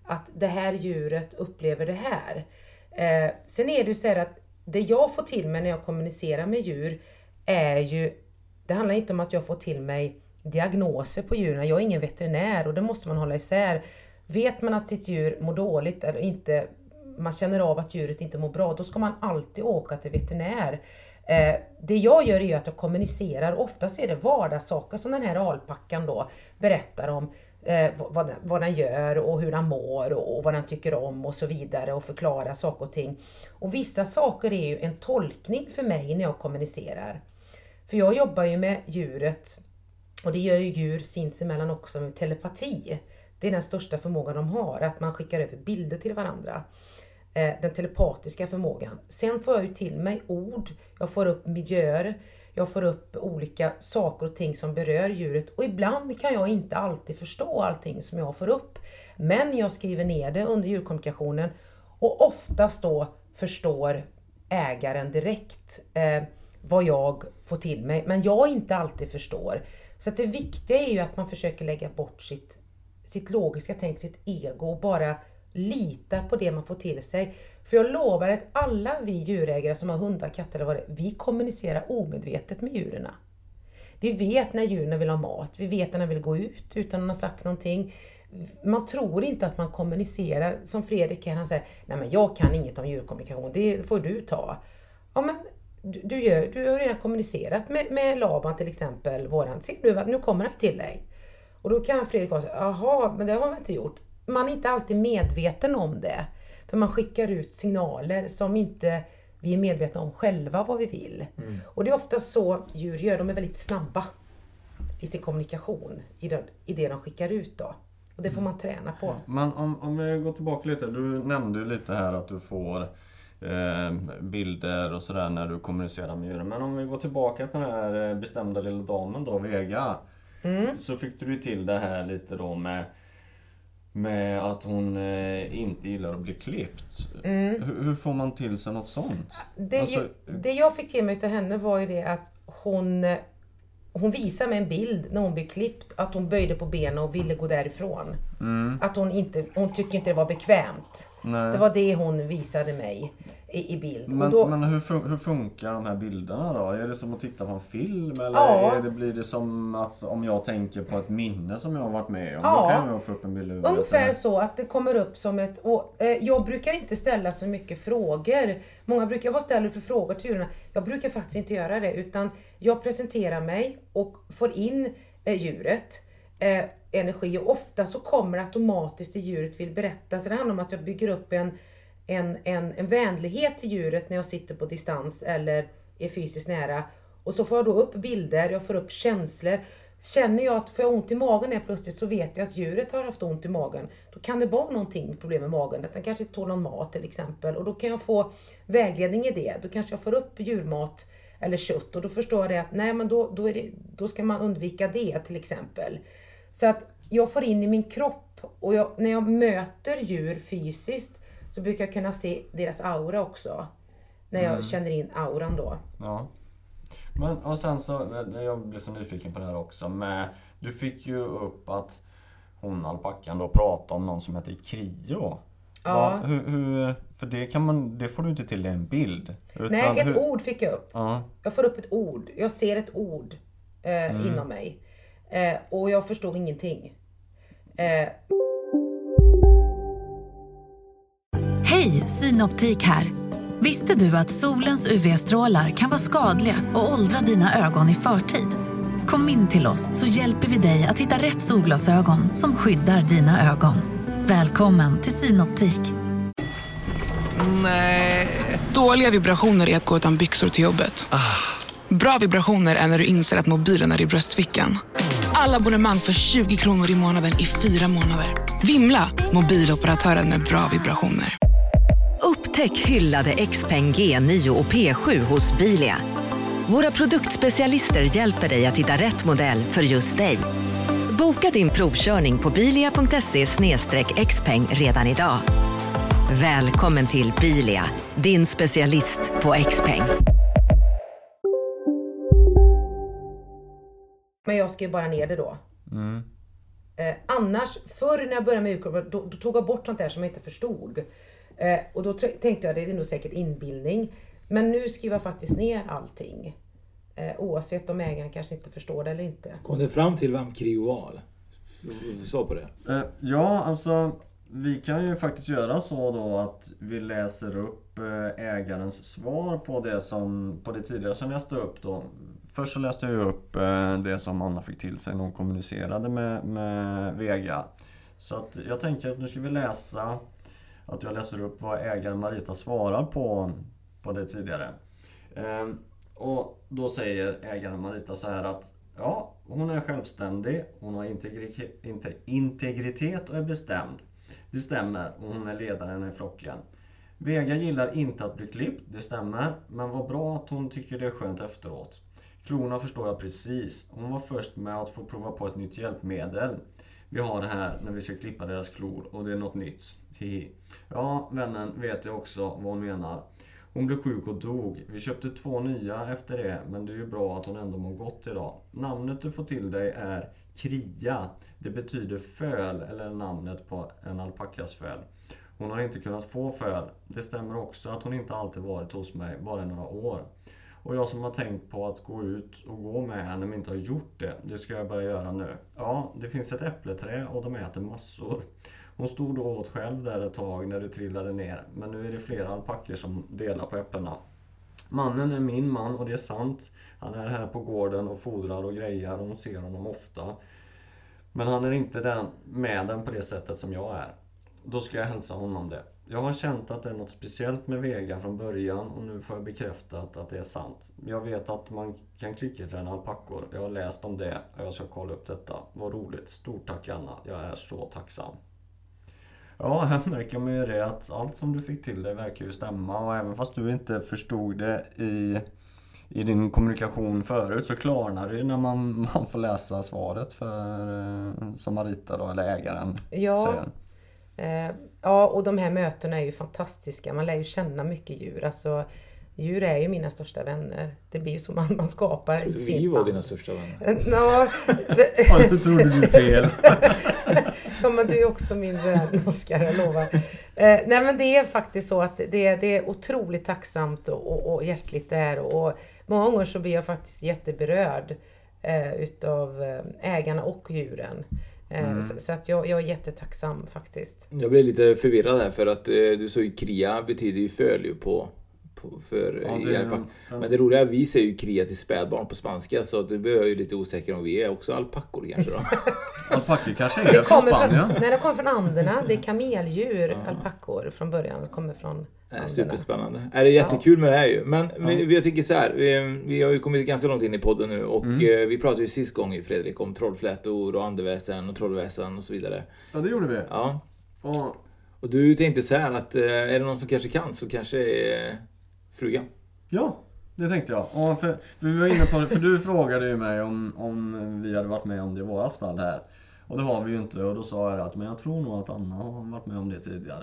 att det här djuret upplever det här. Eh, sen är det ju så här att det jag får till mig när jag kommunicerar med djur är ju, det handlar inte om att jag får till mig diagnoser på djuren. Jag är ingen veterinär och det måste man hålla isär. Vet man att sitt djur mår dåligt eller inte, man känner av att djuret inte mår bra, då ska man alltid åka till veterinär. Eh, det jag gör är ju att jag kommunicerar. Oftast är det vardagssaker som den här alpackan då berättar om. Eh, vad, den, vad den gör och hur den mår och, och vad den tycker om och så vidare. Och förklara saker och ting. Och vissa saker är ju en tolkning för mig när jag kommunicerar. För jag jobbar ju med djuret. Och det gör ju djur sinsemellan också med telepati. Det är den största förmågan de har. Att man skickar över bilder till varandra. Den telepatiska förmågan. Sen får jag ju till mig ord. Jag får upp miljöer. Jag får upp olika saker och ting som berör djuret. Och ibland kan jag inte alltid förstå allting som jag får upp. Men jag skriver ner det under djurkommunikationen. Och oftast då förstår ägaren direkt eh, vad jag får till mig. Men jag inte alltid förstår. Så att det viktiga är ju att man försöker lägga bort sitt, sitt logiska tänk, sitt ego och bara litar på det man får till sig. För jag lovar att alla vi djurägare som har hundar, katter eller vad det är, vi kommunicerar omedvetet med djuren. Vi vet när djuren vill ha mat. Vi vet när de vill gå ut utan att ha sagt någonting. Man tror inte att man kommunicerar. Som Fredrik här, han säger, nej men jag kan inget om djurkommunikation. Det får du ta. Ja men du, du, gör, du har redan kommunicerat med, med Laban till exempel. Våran. Se nu, nu kommer han till dig. Och då kan Fredrik vara så, jaha men det har vi inte gjort. Man är inte alltid medveten om det. För man skickar ut signaler som inte vi är medvetna om själva vad vi vill. Mm. Och det är ofta så djur gör. De är väldigt snabba i sin kommunikation. I det, i det de skickar ut då. Och det får man träna på. Men om, om vi går tillbaka lite. Du nämnde ju lite här att du får eh, bilder och sådär när du kommunicerar med djuren. Men om vi går tillbaka till den här bestämda lilla damen då, Vega. Mm. Så fick du till det här lite då med... Med att hon eh, inte gillar att bli klippt. Mm. Hur, hur får man till sig något sånt? Det, alltså, ju, det jag fick till mig till henne var ju det att hon, hon visade mig en bild när hon blev klippt. Att hon böjde på benen och ville gå därifrån. Mm. Att hon inte, hon tyckte inte det var bekvämt. Nej. Det var det hon visade mig i, i bild. Men, och då, men hur, fun- hur funkar de här bilderna då? Är det som att titta på en film? Eller ja. är det, blir det som att om jag tänker på ett minne som jag har varit med om? Ja. Då kan jag få upp en bild. Ungefär så att det kommer upp som ett... Och, eh, jag brukar inte ställa så mycket frågor. Många brukar vara ställer för frågor till djuren. Jag brukar faktiskt inte göra det. Utan jag presenterar mig och får in eh, djuret. Eh, energi. Och ofta så kommer det automatiskt till djuret vill berätta. Så det handlar om att jag bygger upp en... En, en, en vänlighet till djuret när jag sitter på distans eller är fysiskt nära. Och så får jag då upp bilder, jag får upp känslor. Känner jag att får jag ont i magen är plötsligt så vet jag att djuret har haft ont i magen. Då kan det vara någonting med problem med magen. Sen kanske det tål någon mat till exempel. Och då kan jag få vägledning i det. Då kanske jag får upp djurmat eller kött. Och då förstår jag det att nej, men då, då, är det, då ska man undvika det till exempel. Så att jag får in i min kropp. Och jag, när jag möter djur fysiskt så brukar jag kunna se deras aura också. När jag mm. känner in auran då. Ja. Men och sen så, jag blir så nyfiken på det här också. Men du fick ju upp att hon alpackan då pratade om någon som heter Krio. Ja. Va, hur, hur, för det, kan man, det får du inte till i en bild. Utan nej, ett hur... ord fick jag upp. Ja. Jag får upp ett ord. Jag ser ett ord eh, mm. inom mig. Eh, och jag förstod ingenting. Eh, Hej, Synoptik här. Visste du att solens U V-strålar kan vara skadliga och åldra dina ögon i förtid? Kom in till oss så hjälper vi dig att hitta rätt solglasögon som skyddar dina ögon. Välkommen till Synoptik. Nej. Dåliga vibrationer är att gå utan byxor till jobbet. Bra vibrationer är när du inser att mobilen är i bröstfickan. Alla abonnemang för tjugo kronor i månaden i fyra månader. Vimla, mobiloperatören med bra vibrationer. Upptäck hyllade Xpeng G nio och P sju hos Bilia. Våra produktspecialister hjälper dig att hitta rätt modell för just dig. Boka din provkörning på bilia punkt se slash xpeng redan idag. Välkommen till Bilia, din specialist på Xpeng. Men jag skrev bara ner det då. Mm. Eh, annars, förr när jag började med urkorv, då, då tog jag bort sånt där som jag inte förstod. Eh, och då t- tänkte jag, det är nog säkert inbildning. Men nu skriver jag faktiskt ner allting. Eh, oavsett om ägaren kanske inte förstår det eller inte. Kom det fram till vem Krio var? Svar på det. Eh, ja, alltså vi kan ju faktiskt göra så då att vi läser upp ägarens svar på det som på det tidigare som jag läste upp då. Först så läste jag upp det som Anna fick till sig när hon kommunicerade med, med Vega. Så att jag tänker att nu ska vi läsa att jag läser upp vad ägaren Marita svarar på, på det tidigare. Ehm, och då säger ägaren Marita så här att ja, hon är självständig, hon har integri- inte, integritet och är bestämd. Det stämmer, och hon är ledaren i flocken. Vega gillar inte att bli klippt, det stämmer, men vad bra att hon tycker det är skönt efteråt. Klorna förstår jag precis. Hon var först med att få prova på ett nytt hjälpmedel. Vi har det här när vi ska klippa deras klor och det är något nytt. Hihi. Ja, vännen vet jag också vad hon menar. Hon blev sjuk och dog. Vi köpte två nya efter det, men det är ju bra att hon ändå mår gott idag. Namnet du får till dig är Kria. Det betyder föl eller namnet på en alpackas föl. Hon har inte kunnat få föl. Det stämmer också att hon inte alltid varit hos mig, bara några år. Och jag som har tänkt på att gå ut och gå med henne men inte har gjort det, det ska jag börja göra nu. Ja, det finns ett äppleträ och de äter massor. Hon stod då åt själv där ett tag när det trillade ner, men nu är det flera alpacker som delar på äpplena. Mannen är min man och det är sant. Han är här på gården och fodrar och grejer och hon ser honom ofta. Men han är inte den, med den på det sättet som jag är. Då ska jag hälsa honom det. Jag har känt att det är något speciellt med Vega från början och nu får jag bekräftat att det är sant. Jag vet att man kan klickerträna alpackor. Jag har läst om det och jag ska kolla upp detta. Vad roligt. Stort tack Anna. Jag är så tacksam. Ja, här märker man ju det att allt som du fick till det verkar ju stämma. Och även fast du inte förstod det i, i din kommunikation förut så klarnar det ju när man, man får läsa svaret för, som Marita då, eller ägaren ja. säger. Eh, ja, och de här mötena är ju fantastiska. Man lär ju känna mycket djur. Alltså, djur är ju mina största vänner. Det blir ju som man, man skapar ett fint Vi var band. dina största vänner. Eh, ja, Ja, nu trodde du fel. ja, men du är också min vän, Oskar, jag lovar. Eh, nej, men det är faktiskt så att det, det är otroligt tacksamt och, och, och hjärtligt där. Och många gånger så blir jag faktiskt jätteberörd eh, utav ägarna och djuren. Mm. Så, så att jag, jag är jättetacksam faktiskt. Jag blev lite förvirrad här för att eh, du sa ju Kria betyder ju föl ju på, på för ja, det, ja. Men det roliga är att vi säger ju Kria till spädbarn på spanska, så att du blir ju lite osäker om vi är också alpackor kanske då. Alpackor kanske det är från Spanien. Från, nej, det kommer från Anderna. Det är kameldjur, ja. Alpackor från början. Det kommer från Anderna. Superspännande. Är det är jättekul med det här ju. Men ja. vi, jag tycker så här, vi, vi har ju kommit ganska långt in i podden nu och mm. eh, vi pratade ju sist gång i Fredrik om trollflätor och andeväsen och trollväsen och så vidare. Ja, det gjorde vi. Ja. Och, och du tänkte så här att eh, är det någon som kanske kan så kanske är frugan. Ja, det tänkte jag. Och för, för vi var inne på det, för du frågade ju mig om, om vi hade varit med om det i vårat stall här. Och det har vi ju inte, och då sa jag att men jag tror nog att Anna har varit med om det tidigare.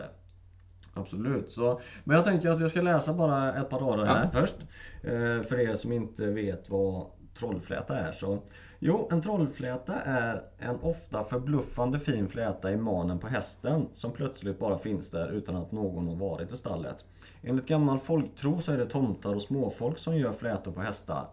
Absolut. Så, men jag tänker att jag ska läsa bara ett par rader här ja. först. Eh, för er som inte vet vad trollfläta är. Så, jo, en trollfläta är en ofta förbluffande fin fläta i manen på hästen som plötsligt bara finns där utan att någon har varit i stallet. Enligt gammal folktro så är det tomtar och småfolk som gör flätor på hästar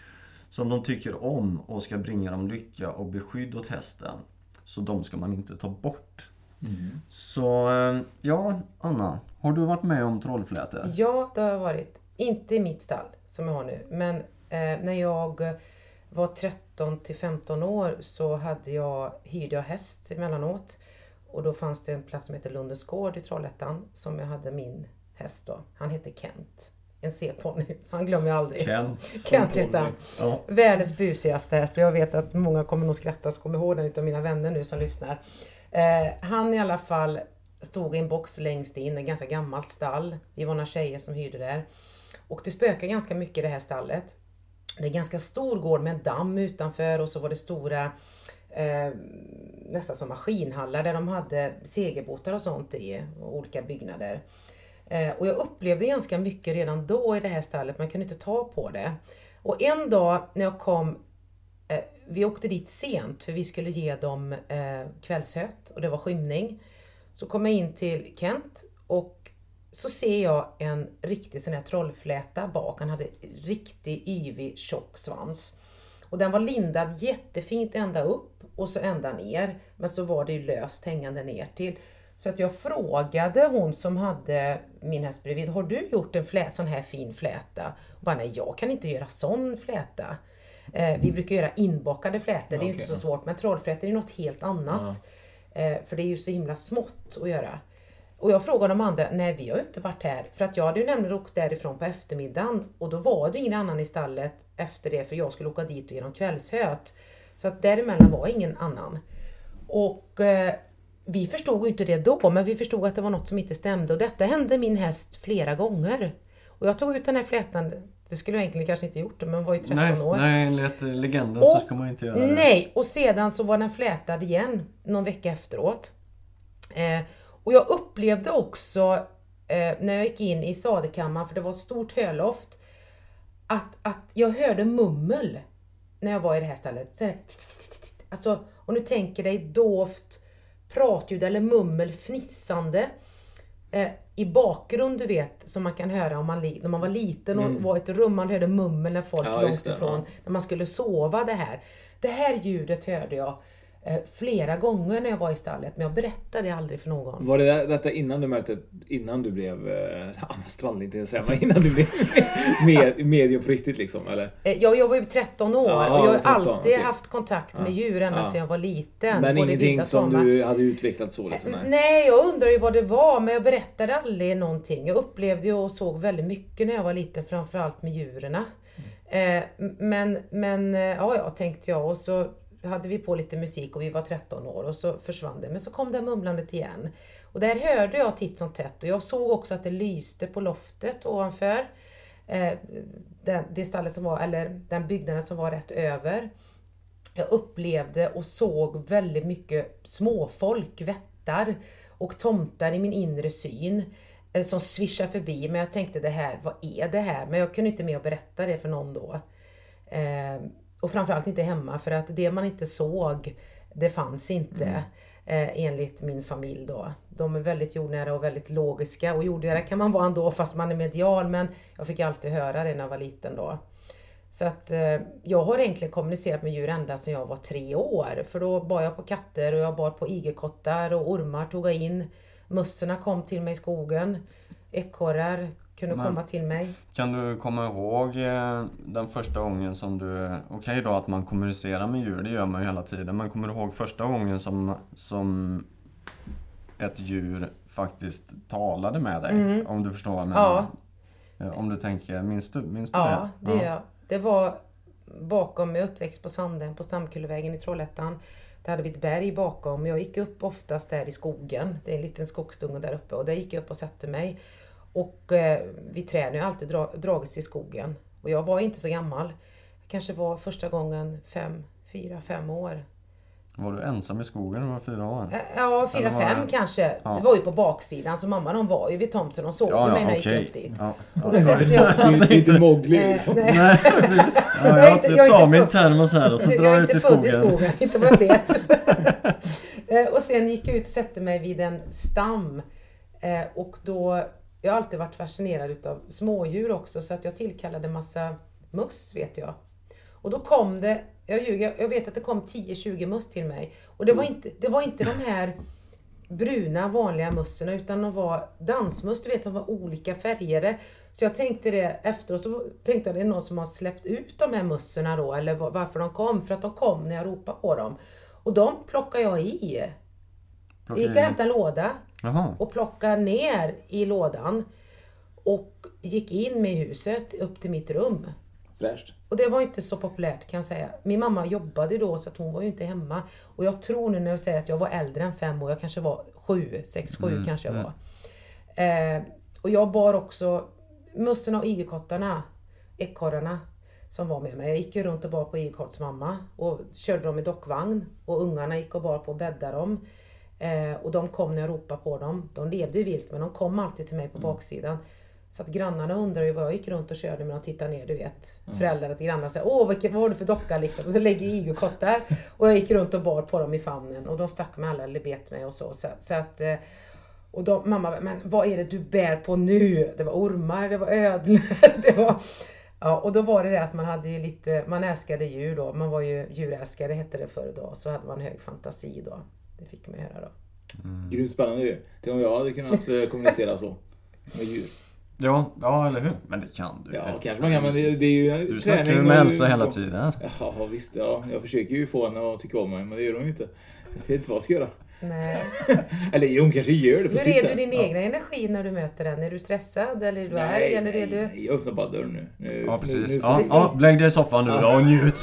som de tycker om och ska bringa dem lycka och beskydd åt hästen. Så de ska man inte ta bort. Mm. Så ja, Anna, har du varit med om trollflätor? Ja, det har jag varit. Inte i mitt stall som jag har nu, men eh, när jag var tretton till femton år så hade jag, hyrde jag häst emellanåt. Och då fanns det en plats som heter Lundens gård i Trollhättan som jag hade min häst då. Han heter Kent. En C-ponny. Han glömmer jag aldrig. Kent. Kent heter han. Ja. Världens busigaste häst. Jag vet att många kommer nog skratta så kommer ihåg den utav mina vänner nu som lyssnar. Eh, han i alla fall stod i en box längst in. En ganska gammalt stall. Vi var några tjejer som hyrde där. Och det spökar ganska mycket i det här stallet. Det är en ganska stor gård med en damm utanför. Och så var det stora... Eh, nästan som maskinhallar där de hade segelbåtar och sånt i. Och olika byggnader. Eh, och jag upplevde ganska mycket redan då i det här stallet. Man kunde inte ta på det. Och en dag när jag kom eh, vi åkte dit sent för vi skulle ge dem eh, kvällshöt och det var skymning. Så kom jag in till Kent och så ser jag en riktig sån här trollfläta bak. Han hade riktig yvig tjock svans. Och den var lindad jättefint ända upp och så ända ner. Men så var det ju löst hängande ner till. Så att jag frågade hon som hade min häst bredvid. Har du gjort en flä, sån här fin fläta? Och bara, nej, jag kan inte göra sån fläta. Eh, vi brukar göra inbakade flätor. Det är ju okay. inte så svårt. Men trollflätor är något helt annat. Ja. Eh, för det är ju så himla smått att göra. Och jag frågade de andra, nej vi har ju inte varit här. För att jag hade ju nämligen åkt därifrån på eftermiddagen. Och då var det ingen annan i stallet efter det. För jag skulle åka dit och ge dem kvällshöt. Så att däremellan var ingen annan. Och eh, vi förstod ju inte det då. Men vi förstod att det var något som inte stämde. Och detta hände min häst flera gånger. Och jag tog ut den här flätan. Det skulle jag egentligen kanske inte gjort det. Men var ju tretton nej, år. Nej, enligt legenden och, så ska man inte göra det. Nej, och sedan så var den flätad igen. Någon vecka efteråt. Eh, Och jag upplevde också eh, när jag gick in i sadelkammaren, för det var ett stort höloft, att, att jag hörde mummel när jag var i det här stället. Så här, alltså, och nu tänker dig dovt pratljud eller mummel fnissande eh, i bakgrund, du vet, som man kan höra om man, när man var liten och mm. var i ett rum, man hörde mummel när folk ja, långt ifrån, ja. När man skulle sova det här. Det här ljudet hörde jag flera gånger när jag var i stallet, men jag berättade aldrig för någon. Var det detta innan du märkte, innan du blev eh, Anna Strandling till att säga, men innan du blev med, medio på riktigt liksom, eller? Ja, jag var ju tretton år ja, och jag har tretton, alltid okay. haft kontakt med ja. djur ända ja. sedan jag var liten. Men ingenting som sommar. Du hade utvecklat så liksom? Nej. nej, jag undrar ju vad det var, men jag berättade aldrig någonting. Jag upplevde och såg väldigt mycket när jag var liten, framförallt med djuren. Mm. Eh, men, men ja, ja, tänkte jag, och så hade vi på lite musik och vi var tretton år och så försvann det. Men så kom det mumlandet igen. Och där hörde jag titt som tätt. Och jag såg också att det lyste på loftet ovanför. Eh, den, det stallet som var, eller den byggnaden som var rätt över. Jag upplevde och såg väldigt mycket småfolk, vättar och tomtar i min inre syn. Eh, som svischade förbi. Men jag tänkte det här, vad är det här? Men jag kunde inte mer berätta det för någon då. Eh, Och framförallt inte hemma, för att det man inte såg, det fanns inte mm. eh, enligt min familj då. De är väldigt jordnära och väldigt logiska, och jordnära kan man vara ändå fast man är medial, men jag fick alltid höra det när jag var liten då. Så att eh, jag har egentligen kommunicerat med djur ända sedan jag var tre år. För då bar jag på katter och jag bar på igelkottar och ormar tog jag in. Mössorna kom till mig i skogen, ekorrar kunde men, komma till mig. Kan du komma ihåg eh, den första gången som du... Okej okay då att man kommunicerar med djur, det gör man ju hela tiden. Men kommer du ihåg första gången som, som ett djur faktiskt talade med dig? Mm. Om du förstår vad jag menar. Ja. Om du tänker, minns du, minns du ja, det? det? Ja, det var bakom mig, uppväxt på Sanden på Stamkullevägen i Trollhättan. Där hade vi ett berg bakom. Jag gick upp oftast där i skogen. Det är en liten skogsdunge där uppe. Och där gick jag upp och satte mig. Och eh, vi tränar ju alltid dra, dragits i skogen. Och jag var inte så gammal. Jag kanske var första gången fem, fyra, fem år. Var du ensam i skogen när du var fyra år? Ja, fyra, fem det... kanske. Ja. Det var ju på baksidan. Så mamma, de var ju vid tomten och såg ja, mig ja, när okay. jag gick upp dit. Ja. Ja. Och då sätter jag... Det är inte moglig liksom. Nej, ja, jag, jag, jag tar min termos här och så drar jag ut i skogen. Jag är inte född i skogen, inte vad jag vet. Och sen gick jag ut och sätter mig vid en stam. Och då... Jag har alltid varit fascinerad utav smådjur också, så att jag tillkallade massa möss, vet jag. Och då kom det, jag ljuger, jag vet att det kom tio tjugo möss till mig. Och det var inte, det var inte de här bruna vanliga mössorna, utan de var dansmöss, du vet, som var olika färger. Så jag tänkte det efteråt, så tänkte jag det är någon som har släppt ut de här mössorna då, eller varför de kom, för att de kom när jag ropade på dem. Och de plockade jag i. Jag gick och hämtade en låda. Aha. Och plockade ner i lådan. Och gick in med huset upp till mitt rum. Fräscht. Och det var inte så populärt, kan jag säga. Min mamma jobbade då, så att hon var ju inte hemma. Och jag tror nu när jag säger att jag var äldre än fem år. Jag kanske var sju, sex, sju mm, kanske jag mm. var. Eh, och jag bar också mössorna och igelkottarna. Ekorrarna som var med mig. Jag gick ju runt och bar på igelkotts mamma. Och körde dem i dockvagn. Och ungarna gick och bar på och bäddade dem. Eh, och de kom när jag ropade på dem. De levde ju vilt, men de kom alltid till mig på baksidan. Så att grannarna undrar ju vad jag gick runt och körde med och tittade ner, du vet. Mm. Föräldrar till grannar säger, åh vilket, vad har du för docka liksom. Och så lägger igelkottar. Och jag gick runt och bar på dem i famnen. Och de stack med alla eller bet mig och så. Så, så att, och de, mamma, men vad är det du bär på nu? Det var ormar, det var ödlor, det var... Ja, och då var det det att man hade ju lite, man älskade djur då. Man var ju djurälskare hette det förr då. Så hade man hög fantasi då. Det fick man höra då. Mm. Grymt spännande ju. Tänk om jag hade kunnat kommunicera så med djur. Ja, ja, eller hur? Men det kan du. Ja, kanske man kan, men det, det är ju... Du snackar ju med Elsa hela tiden. Ja, visst. Ja. Jag försöker ju få henne att tycka om mig, men det gör hon ju inte. Jag vet inte vad jag ska göra. Nej. Eller hon kanske gör det på sitt sätt. Hur är du din ja. egna energi när du möter den? Är du stressad eller är du nej, arg? Eller nej, är du... nej, jag öppnar bara dörren nu. nu ja, precis. Nu, nu ja, ja, lägg dig i soffan nu då och njut.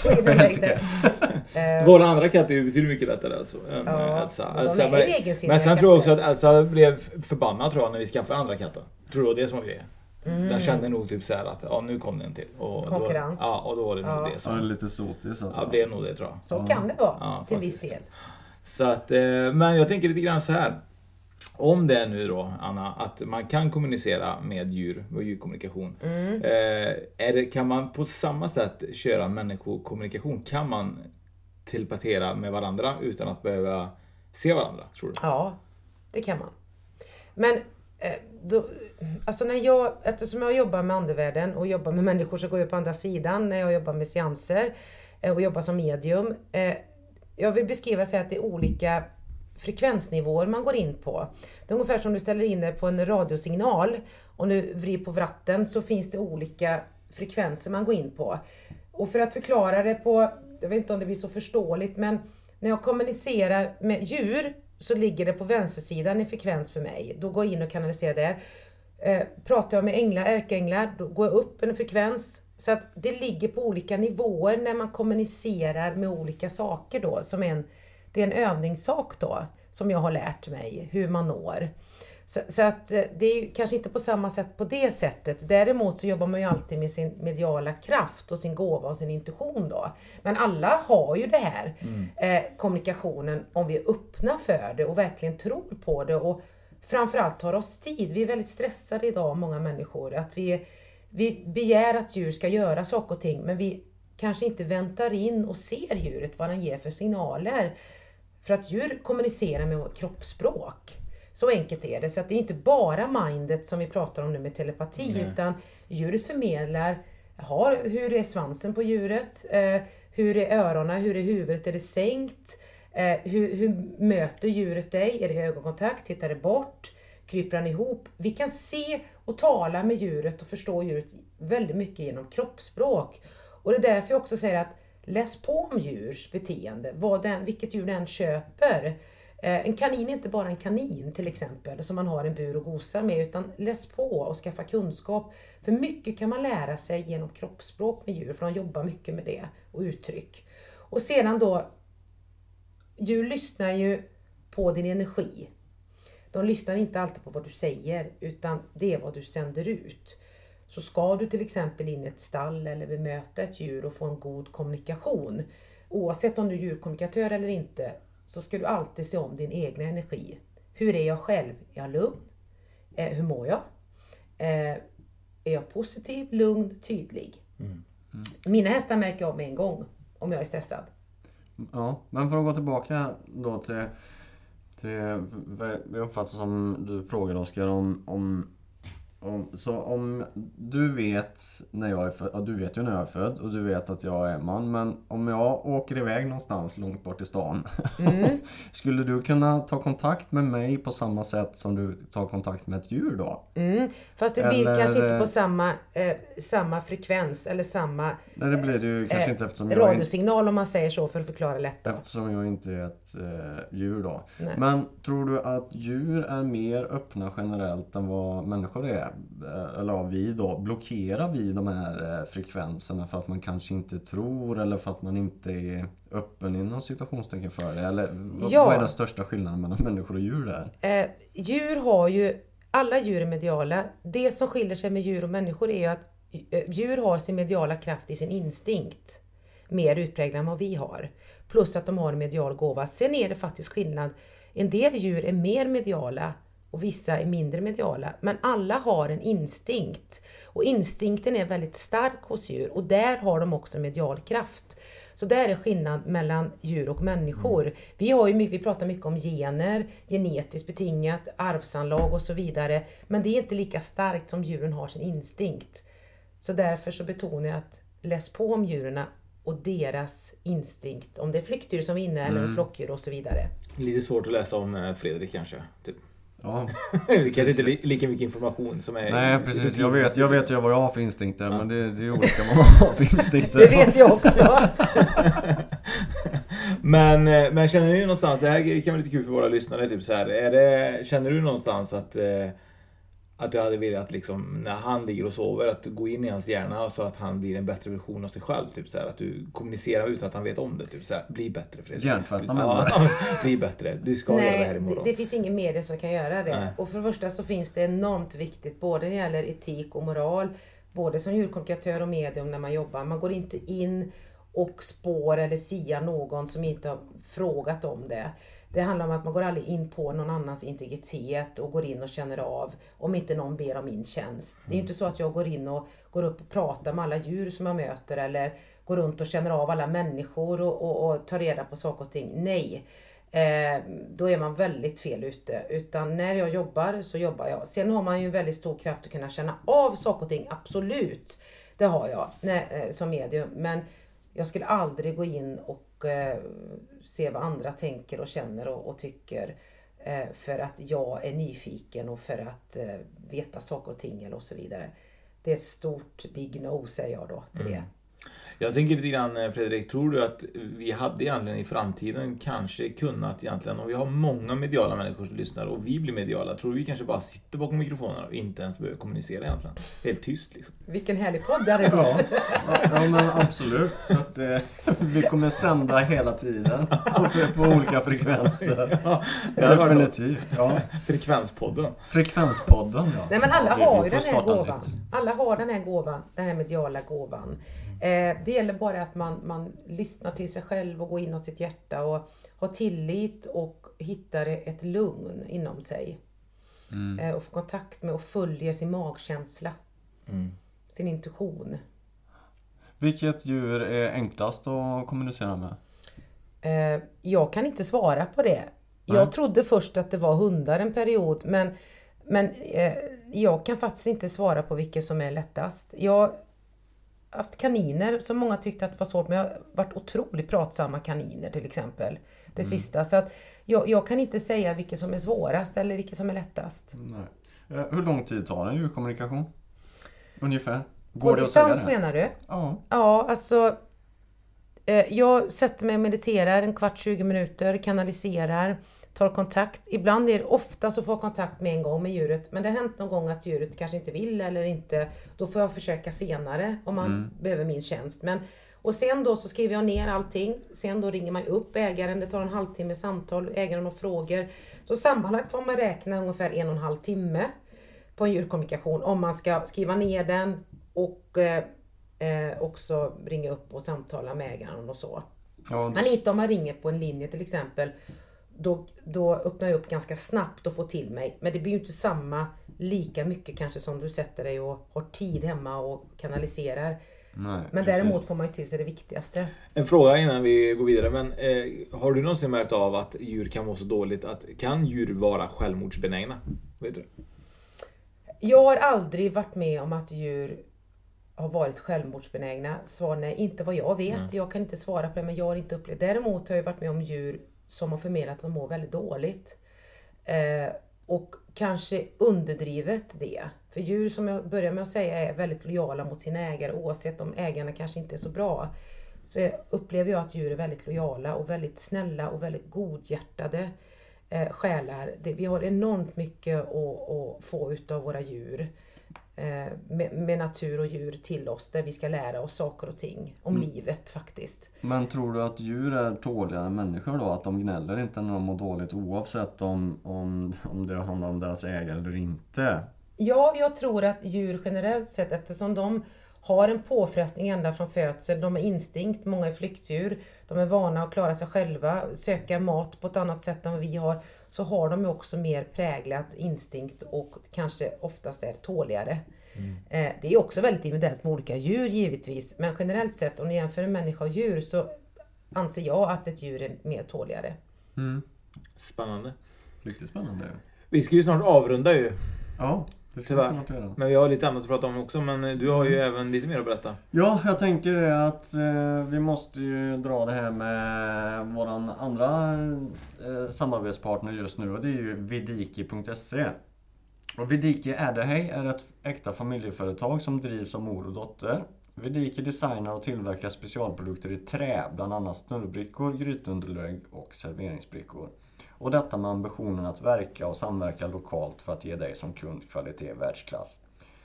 Våra andra katter är betydligt mycket lättare alltså, än ja, Elsa. Elsa men, men sen tror jag också att Elsa blev förbannad tror jag när vi skaffade andra katter. Tror jag det som var grejen. Mm. Den kände nog typ så här att ja, nu kom den till. Och konkurrens. Då, ja, och då var det ja. nog det. Så. Ja, lite sotis alltså. Ja, det blev nog det tror jag. Så ja. Kan det vara ja, till viss del. Så att, men jag tänker lite grann så här. Om det är nu då, Anna, att man kan kommunicera med djur och djurkommunikation. Mm. Eh, är det, kan man på samma sätt köra människokommunikation? Kan man telepatera med varandra utan att behöva se varandra, tror du? Ja, det kan man. Men eh, då, alltså när jag, eftersom jag jobbar med andevärlden och jobbar med människor så går jag på andra sidan när jag jobbar med seanser eh, och jobbar som medium. Eh, jag vill beskriva sig att det är olika frekvensnivåer man går in på. Det är ungefär som du ställer in det på en radiosignal och nu vrider på ratten så finns det olika frekvenser man går in på. Och för att förklara det på, jag vet inte om det blir så förståeligt, men när jag kommunicerar med djur så ligger det på vänstersidan i frekvens för mig. Då går jag in och kanaliserar där. Eh, pratar jag med änglar, ärkeänglar, då går jag upp en frekvens. Så att det ligger på olika nivåer när man kommunicerar med olika saker då. Som en, det är en övningssak då som jag har lärt mig hur man når. Så, så att det är kanske inte på samma sätt på det sättet. Däremot så jobbar man ju alltid med sin mediala kraft och sin gåva och sin intuition då. Men alla har ju det här mm. eh, kommunikationen om vi är öppna för det och verkligen tror på det. Och framförallt tar oss tid. Vi är väldigt stressade idag, många människor. Att vi, vi begär att djur ska göra saker och ting men vi kanske inte väntar in och ser djuret vad den ger för signaler. För att djur kommunicerar med kroppsspråk. Så enkelt är det. Så att det är inte bara mindet som vi pratar om nu med telepati. Mm. Utan djuret förmedlar har, hur är svansen på djuret. Eh, hur är öronen, hur är huvudet, är det sänkt. Eh, hur, hur möter djuret dig? Är det ögonkontakt? Tittar det bort? Kryper han ihop? Vi kan se och tala med djuret och förstå djuret väldigt mycket genom kroppsspråk. Och det är därför jag också säger att läs på om djurs beteende. Vad den, vilket djur den köper. En kanin är inte bara en kanin till exempel som man har en bur och gosar med, utan läs på och skaffa kunskap. För mycket kan man lära sig genom kroppsspråk med djur, för de jobbar mycket med det och uttryck. Och sedan då, djur lyssnar ju på din energi. De lyssnar inte alltid på vad du säger, utan det är vad du sänder ut. Så ska du till exempel in i ett stall eller bemöta ett djur och få en god kommunikation, oavsett om du är djurkommunikatör eller inte, så ska du alltid se om din egna energi. Hur är jag själv? Är jag lugn? Eh, hur mår jag? Eh, är jag positiv, lugn, tydlig? Mm. Mm. Mina hästar märker jag med en gång om jag är stressad. Ja, men för att gå tillbaka då till, till vad jag uppfattar som du frågade, Oskar, om, om Om, så om du vet när jag är född, ja, du vet ju när jag är född och du vet att jag är man, men om jag åker iväg någonstans långt bort i stan, mm. skulle du kunna ta kontakt med mig på samma sätt som du tar kontakt med ett djur då? Mm. Fast det blir eller, kanske inte på samma, eh, samma frekvens eller samma nej, det blir det ju kanske eh, inte eftersom radiosignal jag om man säger så, för att förklara lätt. Eftersom jag inte är ett eh, djur då. Nej. Men tror du att djur är mer öppna generellt än vad människor är? Eller ja, vi då, blockerar vi de här eh, frekvenserna för att man kanske inte tror eller för att man inte är öppen inom situationstecken för det? Eller ja. Vad är den största skillnaden mellan människor och djur där? Eh, djur har ju, alla djur är mediala. Det som skiljer sig med djur och människor är ju att eh, djur har sin mediala kraft i sin instinkt. Mer utpräglad än vad vi har. Plus att de har en medial gåva. Sen är det faktiskt skillnad. En del djur är mer mediala och vissa är mindre mediala. Men alla har en instinkt. Och instinkten är väldigt stark hos djur. Och där har de också medial kraft. Så där är skillnad mellan djur och människor. Mm. Vi, har ju mycket, vi pratar mycket om gener, genetiskt betingat, arvsanlag och så vidare. Men det är inte lika starkt som djuren har sin instinkt. Så därför så betonar jag att läs på om djuren och deras instinkt. Om det är flyktdjur som är inne eller mm. flockdjur och så vidare. Lite svårt att läsa om Fredrik kanske. Typ. Ja. Det kanske inte li- lika mycket information som är... Nej, precis. Jag vet, jag vet ju vad jag har för instinkter, ja. Men det, det är olika vad man har för instinkter. Det vet jag också. men, men känner ni någonstans, det här kan vara lite kul för våra lyssnare, typ så här, är det, känner du någonstans att... Att du hade velat liksom, när han ligger och sover, att gå in i hans hjärna så att han blir en bättre version av sig själv. Typ så här, att du kommunicerar ut att han vet om det. Typ så här, bli bättre Fredrik. Hjärntvätta med ja, bli bättre. Du ska Nej, göra det här imorgon. Det, det finns ingen media som kan göra det. Nej. Och för det första så finns det enormt viktigt, både när det gäller etik och moral. Både som djurkommunikatör och medium när man jobbar. Man går inte in och spår eller sia någon som inte har frågat om det. Det handlar om att man går aldrig in på någon annans integritet och går in och känner av om inte någon ber om min tjänst. Det är ju inte så att jag går in och går upp och pratar med alla djur som jag möter eller går runt och känner av alla människor och, och, och tar reda på saker och ting. Nej, eh, då är man väldigt fel ute. Utan när jag jobbar så jobbar jag. Sen har man ju väldigt stor kraft att kunna känna av saker och ting, absolut. Det har jag när, som medium, men jag skulle aldrig gå in och eh, se vad andra tänker och känner och, och tycker eh, för att jag är nyfiken och för att eh, veta saker och ting eller och så vidare. Det är ett stort big no, säger jag då till mm. det. Jag tänker lite grann, Fredrik, tror du att vi hade egentligen i framtiden kanske kunnat egentligen, om vi har många mediala människor som lyssnar och vi blir mediala, tror du vi kanske bara sitter bakom mikrofonerna och inte ens behöver kommunicera egentligen? Helt tyst liksom. Vilken härlig podd det hade blivit. Ja, ja men absolut. Så att eh, vi kommer sända hela tiden på, på olika frekvenser. Ja, definitivt. Ja. Frekvenspodden. Frekvenspodden, ja. Nej, men alla ja, har ju den här gåvan. Nytt. Alla har den här gåvan, den här mediala gåvan. Eh, det gäller bara att man, man lyssnar till sig själv och går inåt sitt hjärta och har tillit och hittar ett lugn inom sig. Mm. Eh, och får kontakt med och följer sin magkänsla. Mm. Sin intuition. Vilket djur är enklast att kommunicera med? Eh, jag kan inte svara på det. Nej. Jag trodde först att det var hundar en period. Men, men eh, jag kan faktiskt inte svara på vilket som är lättast. Jag haft kaniner som många tyckte att det var svårt, men jag har varit otroligt pratsamma kaniner till exempel. Det mm. sista. Så att jag, jag kan inte säga vilket som är svårast eller vilket som är lättast. Nej. Hur lång tid tar en djurkommunikation? Ungefär. Går på distans menar du? Ja. Ja, alltså eh, jag sätter mig och mediterar en kvart, tjugo minuter, kanaliserar, tar kontakt. Ibland är det ofta så får jag kontakt med en gång med djuret. Men det har hänt någon gång att djuret kanske inte vill eller inte. Då får jag försöka senare om man mm. behöver min tjänst. Men, och sen då så skriver jag ner allting. Sen då ringer man upp ägaren. Det tar en halvtimme samtal. Ägaren och frågor. Så sammanlagt får man räkna ungefär en och en halv timme på en djurkommunikation. Om man ska skriva ner den och eh, eh, också ringa upp och samtala med ägaren och så. Ja, det... Men inte om man ringer på en linje till exempel. Då, då öppnar jag upp ganska snabbt och får till mig. Men det blir ju inte samma lika mycket kanske som du sätter dig och har tid hemma och kanaliserar. Nej, men precis. Däremot får man ju till sig det viktigaste. En fråga innan vi går vidare. Men eh, har du någonsin märkt av att djur kan må så dåligt? Att, kan djur vara självmordsbenägna? Vet du? Jag har aldrig varit med om att djur har varit självmordsbenägna. Svar nej, inte vad jag vet. Mm. Jag kan inte svara på det, men jag har inte upplevt. Däremot har jag varit med om djur som har förmedlat att de mår väldigt dåligt. Eh, och kanske underdrivet det. För djur, som jag börjar med att säga, är väldigt lojala mot sina ägare. Oavsett om ägarna kanske inte är så bra. Så jag upplever jag att djur är väldigt lojala och väldigt snälla och väldigt godhjärtade eh, själar. Det, vi har enormt mycket att, att få ut av våra djur. Med, med natur och djur till oss, där vi ska lära oss saker och ting om mm. livet faktiskt. Men tror du att djur är tåligare än människor då? Att de gnäller inte när de mår dåligt oavsett om, om, om det handlar om deras ägare eller inte? Ja, jag tror att djur generellt sett, eftersom de har en påfrestning ända från födseln. De är instinkt, många är flyktdjur. De är vana att klara sig själva, söka mat på ett annat sätt än vad vi har. Så har de ju också mer präglat instinkt och kanske oftast är tåligare. Mm. Eh, det är också väldigt individuellt med olika djur givetvis. Men generellt sett, om ni jämför en människa och djur, så anser jag att ett djur är mer tåligare. Mm. Spännande. Riktigt spännande. Vi ska ju snart avrunda ju. Ja, det ska tyvärr. vi snart göra. Men vi har lite annat att prata om också. Men du har ju mm. även lite mer att berätta. Ja, jag tänker det att eh, vi måste ju dra det här med våran andra eh, samarbetspartner just nu. Och det är ju vidiki punkt se. Och Vidiki Äderhej är ett äkta familjeföretag som drivs av mor och dotter. Vidiki designar och tillverkar specialprodukter i trä, bland annat snurrbrickor, grytunderlägg och serveringsbrickor. Och detta med ambitionen att verka och samverka lokalt för att ge dig som kund kvalitet världsklass.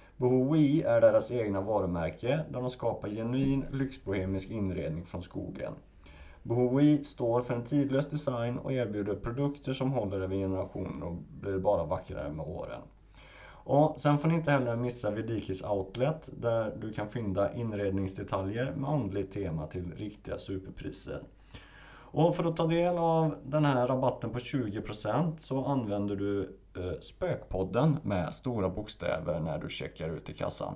Bohoi är deras egna varumärke där de skapar genuin lyxbohemisk inredning från skogen. Bohoi står för en tidlös design och erbjuder produkter som håller över generationer och blir bara vackrare med åren. Och sen får ni inte heller missa Vidikis outlet där du kan fynda inredningsdetaljer med andligt tema till riktiga superpriser. Och för att ta del av den här rabatten på tjugo procent så använder du eh, Spökpodden med stora bokstäver när du checkar ut i kassan.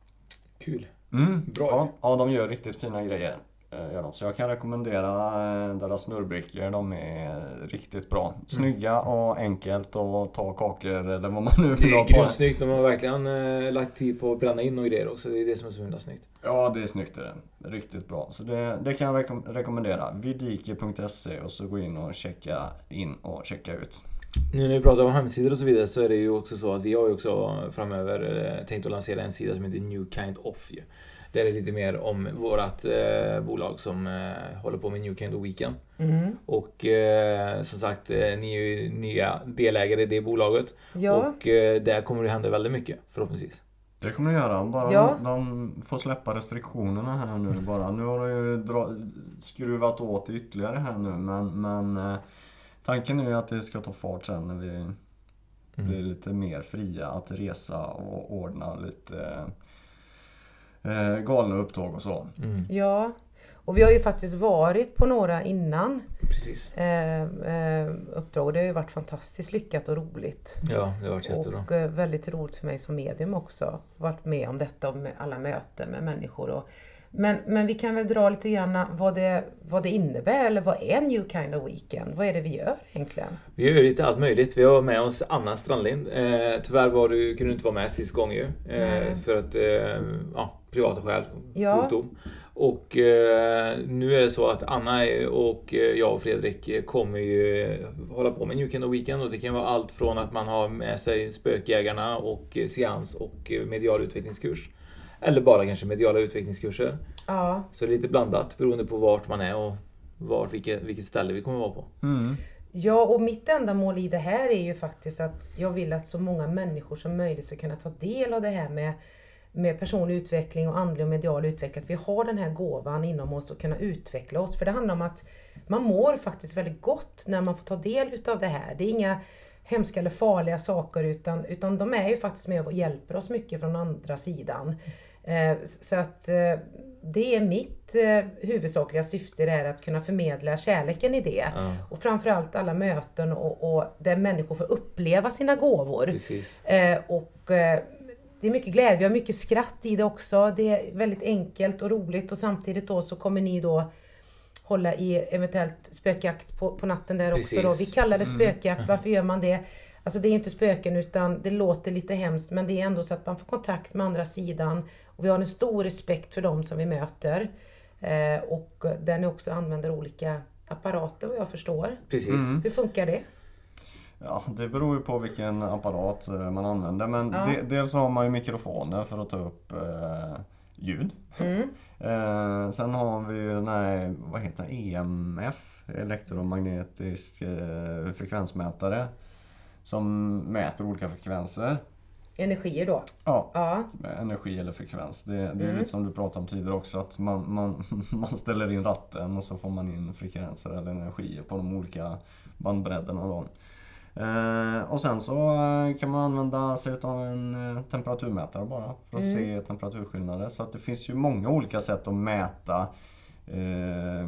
Kul. Mm, bra. Ja, ja, de gör riktigt fina grejer. Gör de. Så jag kan rekommendera deras snurrbrickor. De är riktigt bra. Snygga och enkelt att ta kakor eller vad man nu vill ha på. Det är grymt snyggt. De har verkligen äh, lagt tid på att bränna in och grejer också. Det är det som är så himla snyggt. Ja, det är snyggt det. Riktigt bra. Så det, det kan jag rekom- rekommendera. vidiki punkt se och så gå in och checka in och checka ut. Nu när vi pratar om hemsidor och så vidare så är det ju också så att vi har ju också framöver äh, tänkt att lansera en sida som heter New Kind Off ju. Det är lite mer om vårat eh, bolag som eh, håller på med New Kind of Weekend. Mm. Och eh, som sagt, eh, ni är ju nya delägare i det bolaget. Ja. Och eh, där kommer det hända väldigt mycket, förhoppningsvis. Det kommer det göra. Bara ja. de får släppa restriktionerna här nu. Bara. Nu har de ju dra- skruvat åt ytterligare här nu. Men, men eh, tanken är ju att det ska ta fart sen när vi mm. blir lite mer fria att resa och ordna lite... Eh, Eh, galna upptåg och så. Mm. Ja, och vi har ju faktiskt varit på några innan. Precis. Eh, eh, uppdrag. Det har ju varit fantastiskt lyckat och roligt. Ja, det har varit jättebra. Och eh, väldigt roligt för mig som medium också. Varit med om detta och med alla möten med människor. Och, men, men vi kan väl dra lite grann vad det, vad det innebär. Eller vad är New Kind of Weekend? Vad är det vi gör egentligen? Vi gör lite allt möjligt. Vi har med oss Anna Strandlind. Eh, tyvärr var du, kunde du inte vara med sist gång ju. Eh, för att, eh, ja, privata skäl. Ja. Och eh, nu är det så att Anna och jag och Fredrik kommer ju hålla på med New Kind of Weekend. Och det kan vara allt från att man har med sig spökjägarna och seans och medial utvecklingskurs. Eller bara kanske mediala utvecklingskurser. Ja. Så det är lite blandat beroende på vart man är och vart, vilket, vilket ställe vi kommer vara på. Mm. Ja, och mitt enda mål i det här är ju faktiskt att jag vill att så många människor som möjligt ska kunna ta del av det här med, med personlig utveckling och andlig och medial utveckling. Att vi har den här gåvan inom oss och kunna utveckla oss. För det handlar om att man mår faktiskt väldigt gott när man får ta del utav det här. Det är inga hemska eller farliga saker utan, utan de är ju faktiskt med och hjälper oss mycket från andra sidan. Eh, så att eh, det är mitt eh, huvudsakliga syfte, det är att kunna förmedla kärleken i det. Ja. Och framförallt alla möten och, och där människor får uppleva sina gåvor. Eh, och eh, det är mycket glädje, vi har mycket skratt i det också. Det är väldigt enkelt och roligt och samtidigt då så kommer ni då hålla i eventuellt spökjakt på, på natten där Precis. också. Då. Vi kallar det spökjakt, mm. varför gör man det? Alltså det är inte spöken utan det låter lite hemskt men det är ändå så att man får kontakt med andra sidan. Och vi har en stor respekt för dem som vi möter. Eh, och där ni också använder olika apparater vad jag förstår. Precis. Mm. Hur funkar det? Ja, det beror ju på vilken apparat man använder. Men ja. de, dels har man ju mikrofoner för att ta upp eh, ljud. Mm. eh, sen har vi ju den här, vad heter det, E M F, elektromagnetisk eh, frekvensmätare. Som mäter olika frekvenser. Energier då? Ja, ja. energi eller frekvens. Det, det är mm. lite som du pratade om tidigare också. Att man, man, man ställer in ratten och så får man in frekvenser eller energier på de olika bandbredderna. Då. Eh, och sen så eh, kan man använda sig av en eh, temperaturmätare bara för att Mm. se temperaturskillnader. Så att det finns ju många olika sätt att mäta eh,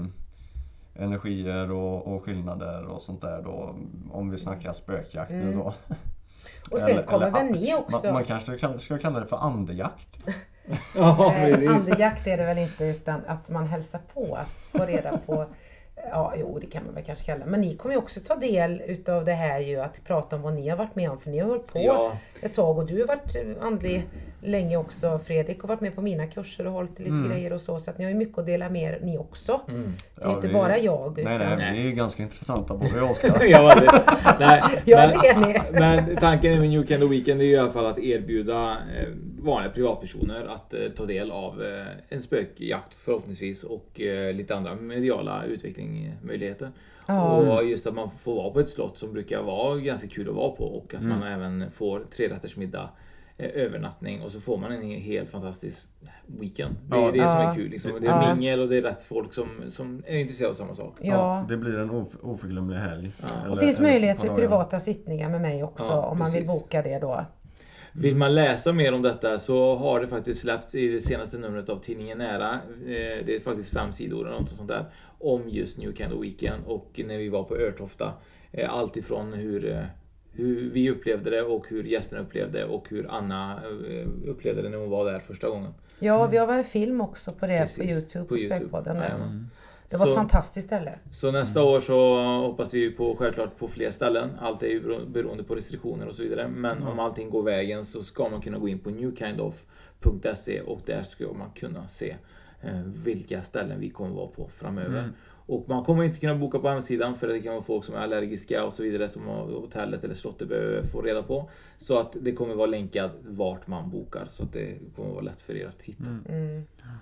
energier och, och skillnader och sånt där då, om vi snackar spökjakt Mm. nu då. Och sen kommer väl ni också... Man, man kanske ska, ska kalla det för andejakt. Ja, Eh, andejakt är det väl inte, utan att man hälsar på, att få reda på, ja jo det kan man väl kanske kalla. Men ni kommer ju också ta del utav det här ju, att prata om vad ni har varit med om, för ni har hållit på Ja. ett tag och du har varit andlig länge också, Fredrik, och varit med på mina kurser och hållit lite Mm. grejer och så, så att ni har ju mycket att dela med er ni också. Mm. Det är ju Ja, inte vi- bara jag. Nej, utan... nej, vi är ganska intressanta både jag och Oskar. Ja, det, nej, Ja, men, det är ni. men tanken med New Kind of Weekend är ju i alla fall att erbjuda eh, vanliga privatpersoner att eh, ta del av eh, en spökjakt förhoppningsvis och eh, lite andra mediala utvecklingsmöjligheter. Ja. Och just att man får vara på ett slott som brukar vara ganska kul att vara på, och att Mm. man även får trerättersmiddag, eh, övernattning, och så får man en helt fantastisk weekend. Det är Ja. det som Ja. är kul. Liksom. Det Ja. är mingel och det är rätt folk som, som är intresserade av samma sak. Ja. Det blir en of- oförglömlig helg. Ja. Eller- Och finns eller möjlighet ett för par dagar. privata sittningar med mig också, Ja, om man vill precis. boka det då. Vill man läsa mer om detta så har det faktiskt släppts i det senaste numret av tidningen Nära. Eh, Det är faktiskt fem sidor eller något sånt där om just New Kind of Weekend, och när vi var på Örtofta. Eh, Allt ifrån hur, eh, hur vi upplevde det och hur gästerna upplevde och hur Anna eh, upplevde det när hon var där första gången. Ja, vi har väl en film också på det Precis, på YouTube, på, på YouTube. Spökpodden. där. Jajamän. Det var Så- ett fantastiskt ställe. Så nästa år så hoppas vi på, självklart på fler ställen. Allt är ju bero- beroende på restriktioner och så vidare. Men om allting går vägen så ska man kunna gå in på new kind of punkt se, och där ska man kunna se eh, vilka ställen vi kommer vara på framöver. Mm. Och man kommer inte kunna boka på hemsidan, för det kan vara folk som är allergiska och så vidare som hotellet eller slottet behöver få reda på. Så att det kommer vara länkat vart man bokar, så att det kommer vara lätt för er att hitta. Mm.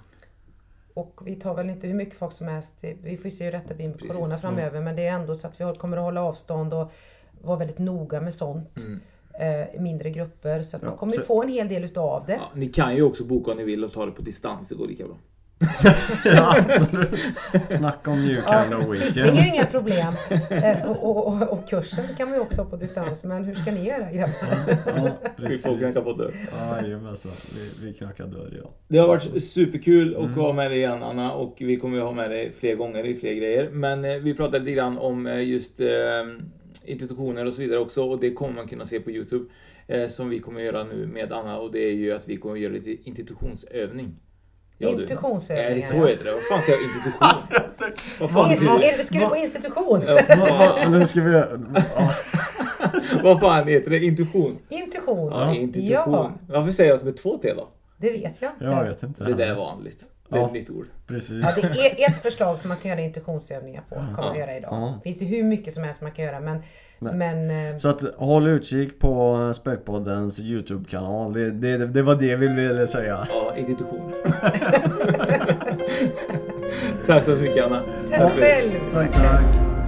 Och vi tar väl inte hur mycket folk som helst. Vi får se hur detta blir med Precis. corona framöver. Men det är ändå så att vi kommer att hålla avstånd och vara väldigt noga med sånt. Mm. Eh, mindre grupper. Så att Ja, man kommer ju så- få en hel del utav det. Ja, ni kan ju också boka om ni vill och ta det på distans, det går lika bra. Ja, absolut. Snacka om New Kind of Sittning är Weekend. ju inga problem. Eh, och, och, och kursen kan man ju också ha på distans. Men hur ska ni göra, grabbar? Ja, Vi får knacka på dörr. Jajamensan, vi, vi knackar dörr, ja. Det har varit superkul att ha med dig igen, Anna, och vi kommer ju ha med dig fler gånger i fler grejer. Men eh, vi pratade lite grann om eh, just eh, introduktioner och så vidare också, och det kommer man kunna se på YouTube eh, som vi kommer göra nu med Anna, och det är ju att vi kommer göra lite introduktionsövning. Ja, du. Introduktionsövningar, Nej, så ja. heter det. Vad fan säger jag introduktion? Vad fan Är, säger är, ska du på institution? Ja, fan. Nu ska vi... Ja. Vad fan heter det? Intuition? Intuition. Ja, introduktion. Ja, Varför säger jag att med två T då? det vet jag inte. Jag vet inte. Det där är vanligt. Det är Ja. ett nytt ord. Precis. Ja, det är ett förslag som man kan göra intuitionsövningar på. Kommer Ja. vi göra idag. Ja. Det finns ju hur mycket som helst man kan göra. Men, Nej. men eh, Så att håll utkik på Spökpoddens YouTube-kanal. Det, det, det var det vi ville säga. Ja, introduktion. Tack så mycket, Anna. tack själv. Tack, tack.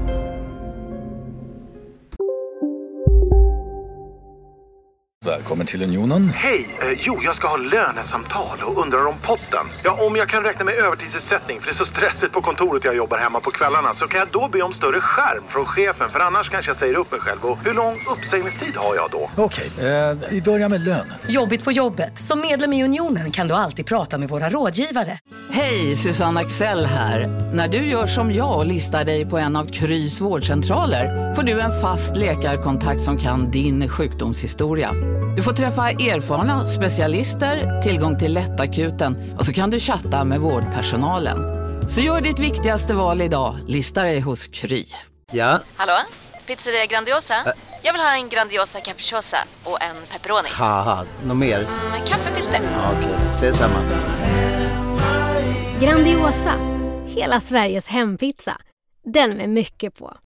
Välkommen till Unionen. Hej! Eh, jo, jag ska ha lönesamtal och undrar om potten. Ja, om jag kan räkna med övertidsersättning för det är så stressigt på kontoret jag jobbar hemma på kvällarna, så kan jag då be om större skärm från chefen, för annars kanske jag säger upp mig själv. Och hur lång uppsägningstid har jag då? Okej, eh, vi börjar med lön. Jobbigt på jobbet. Som medlem i Unionen kan du alltid prata med våra rådgivare. Hej, Susanne Axel här. När du gör som jag och listar dig på en av Krys vårdcentraler får du en fast läkarkontakt som kan din sjukdomshistoria. Du får träffa erfarna specialister, tillgång till lättakuten och så kan du chatta med vårdpersonalen. Så gör ditt viktigaste val idag, lista dig hos Kry. Ja, Hallå? Pizzeria Grandiosa? Jag vill ha en Grandiosa capriciosa och en pepperoni. haha, något mer? Mm, kaffefilter. Ja, okej, ses samma. Grandiosa, hela Sveriges hempizza. Den med mycket på.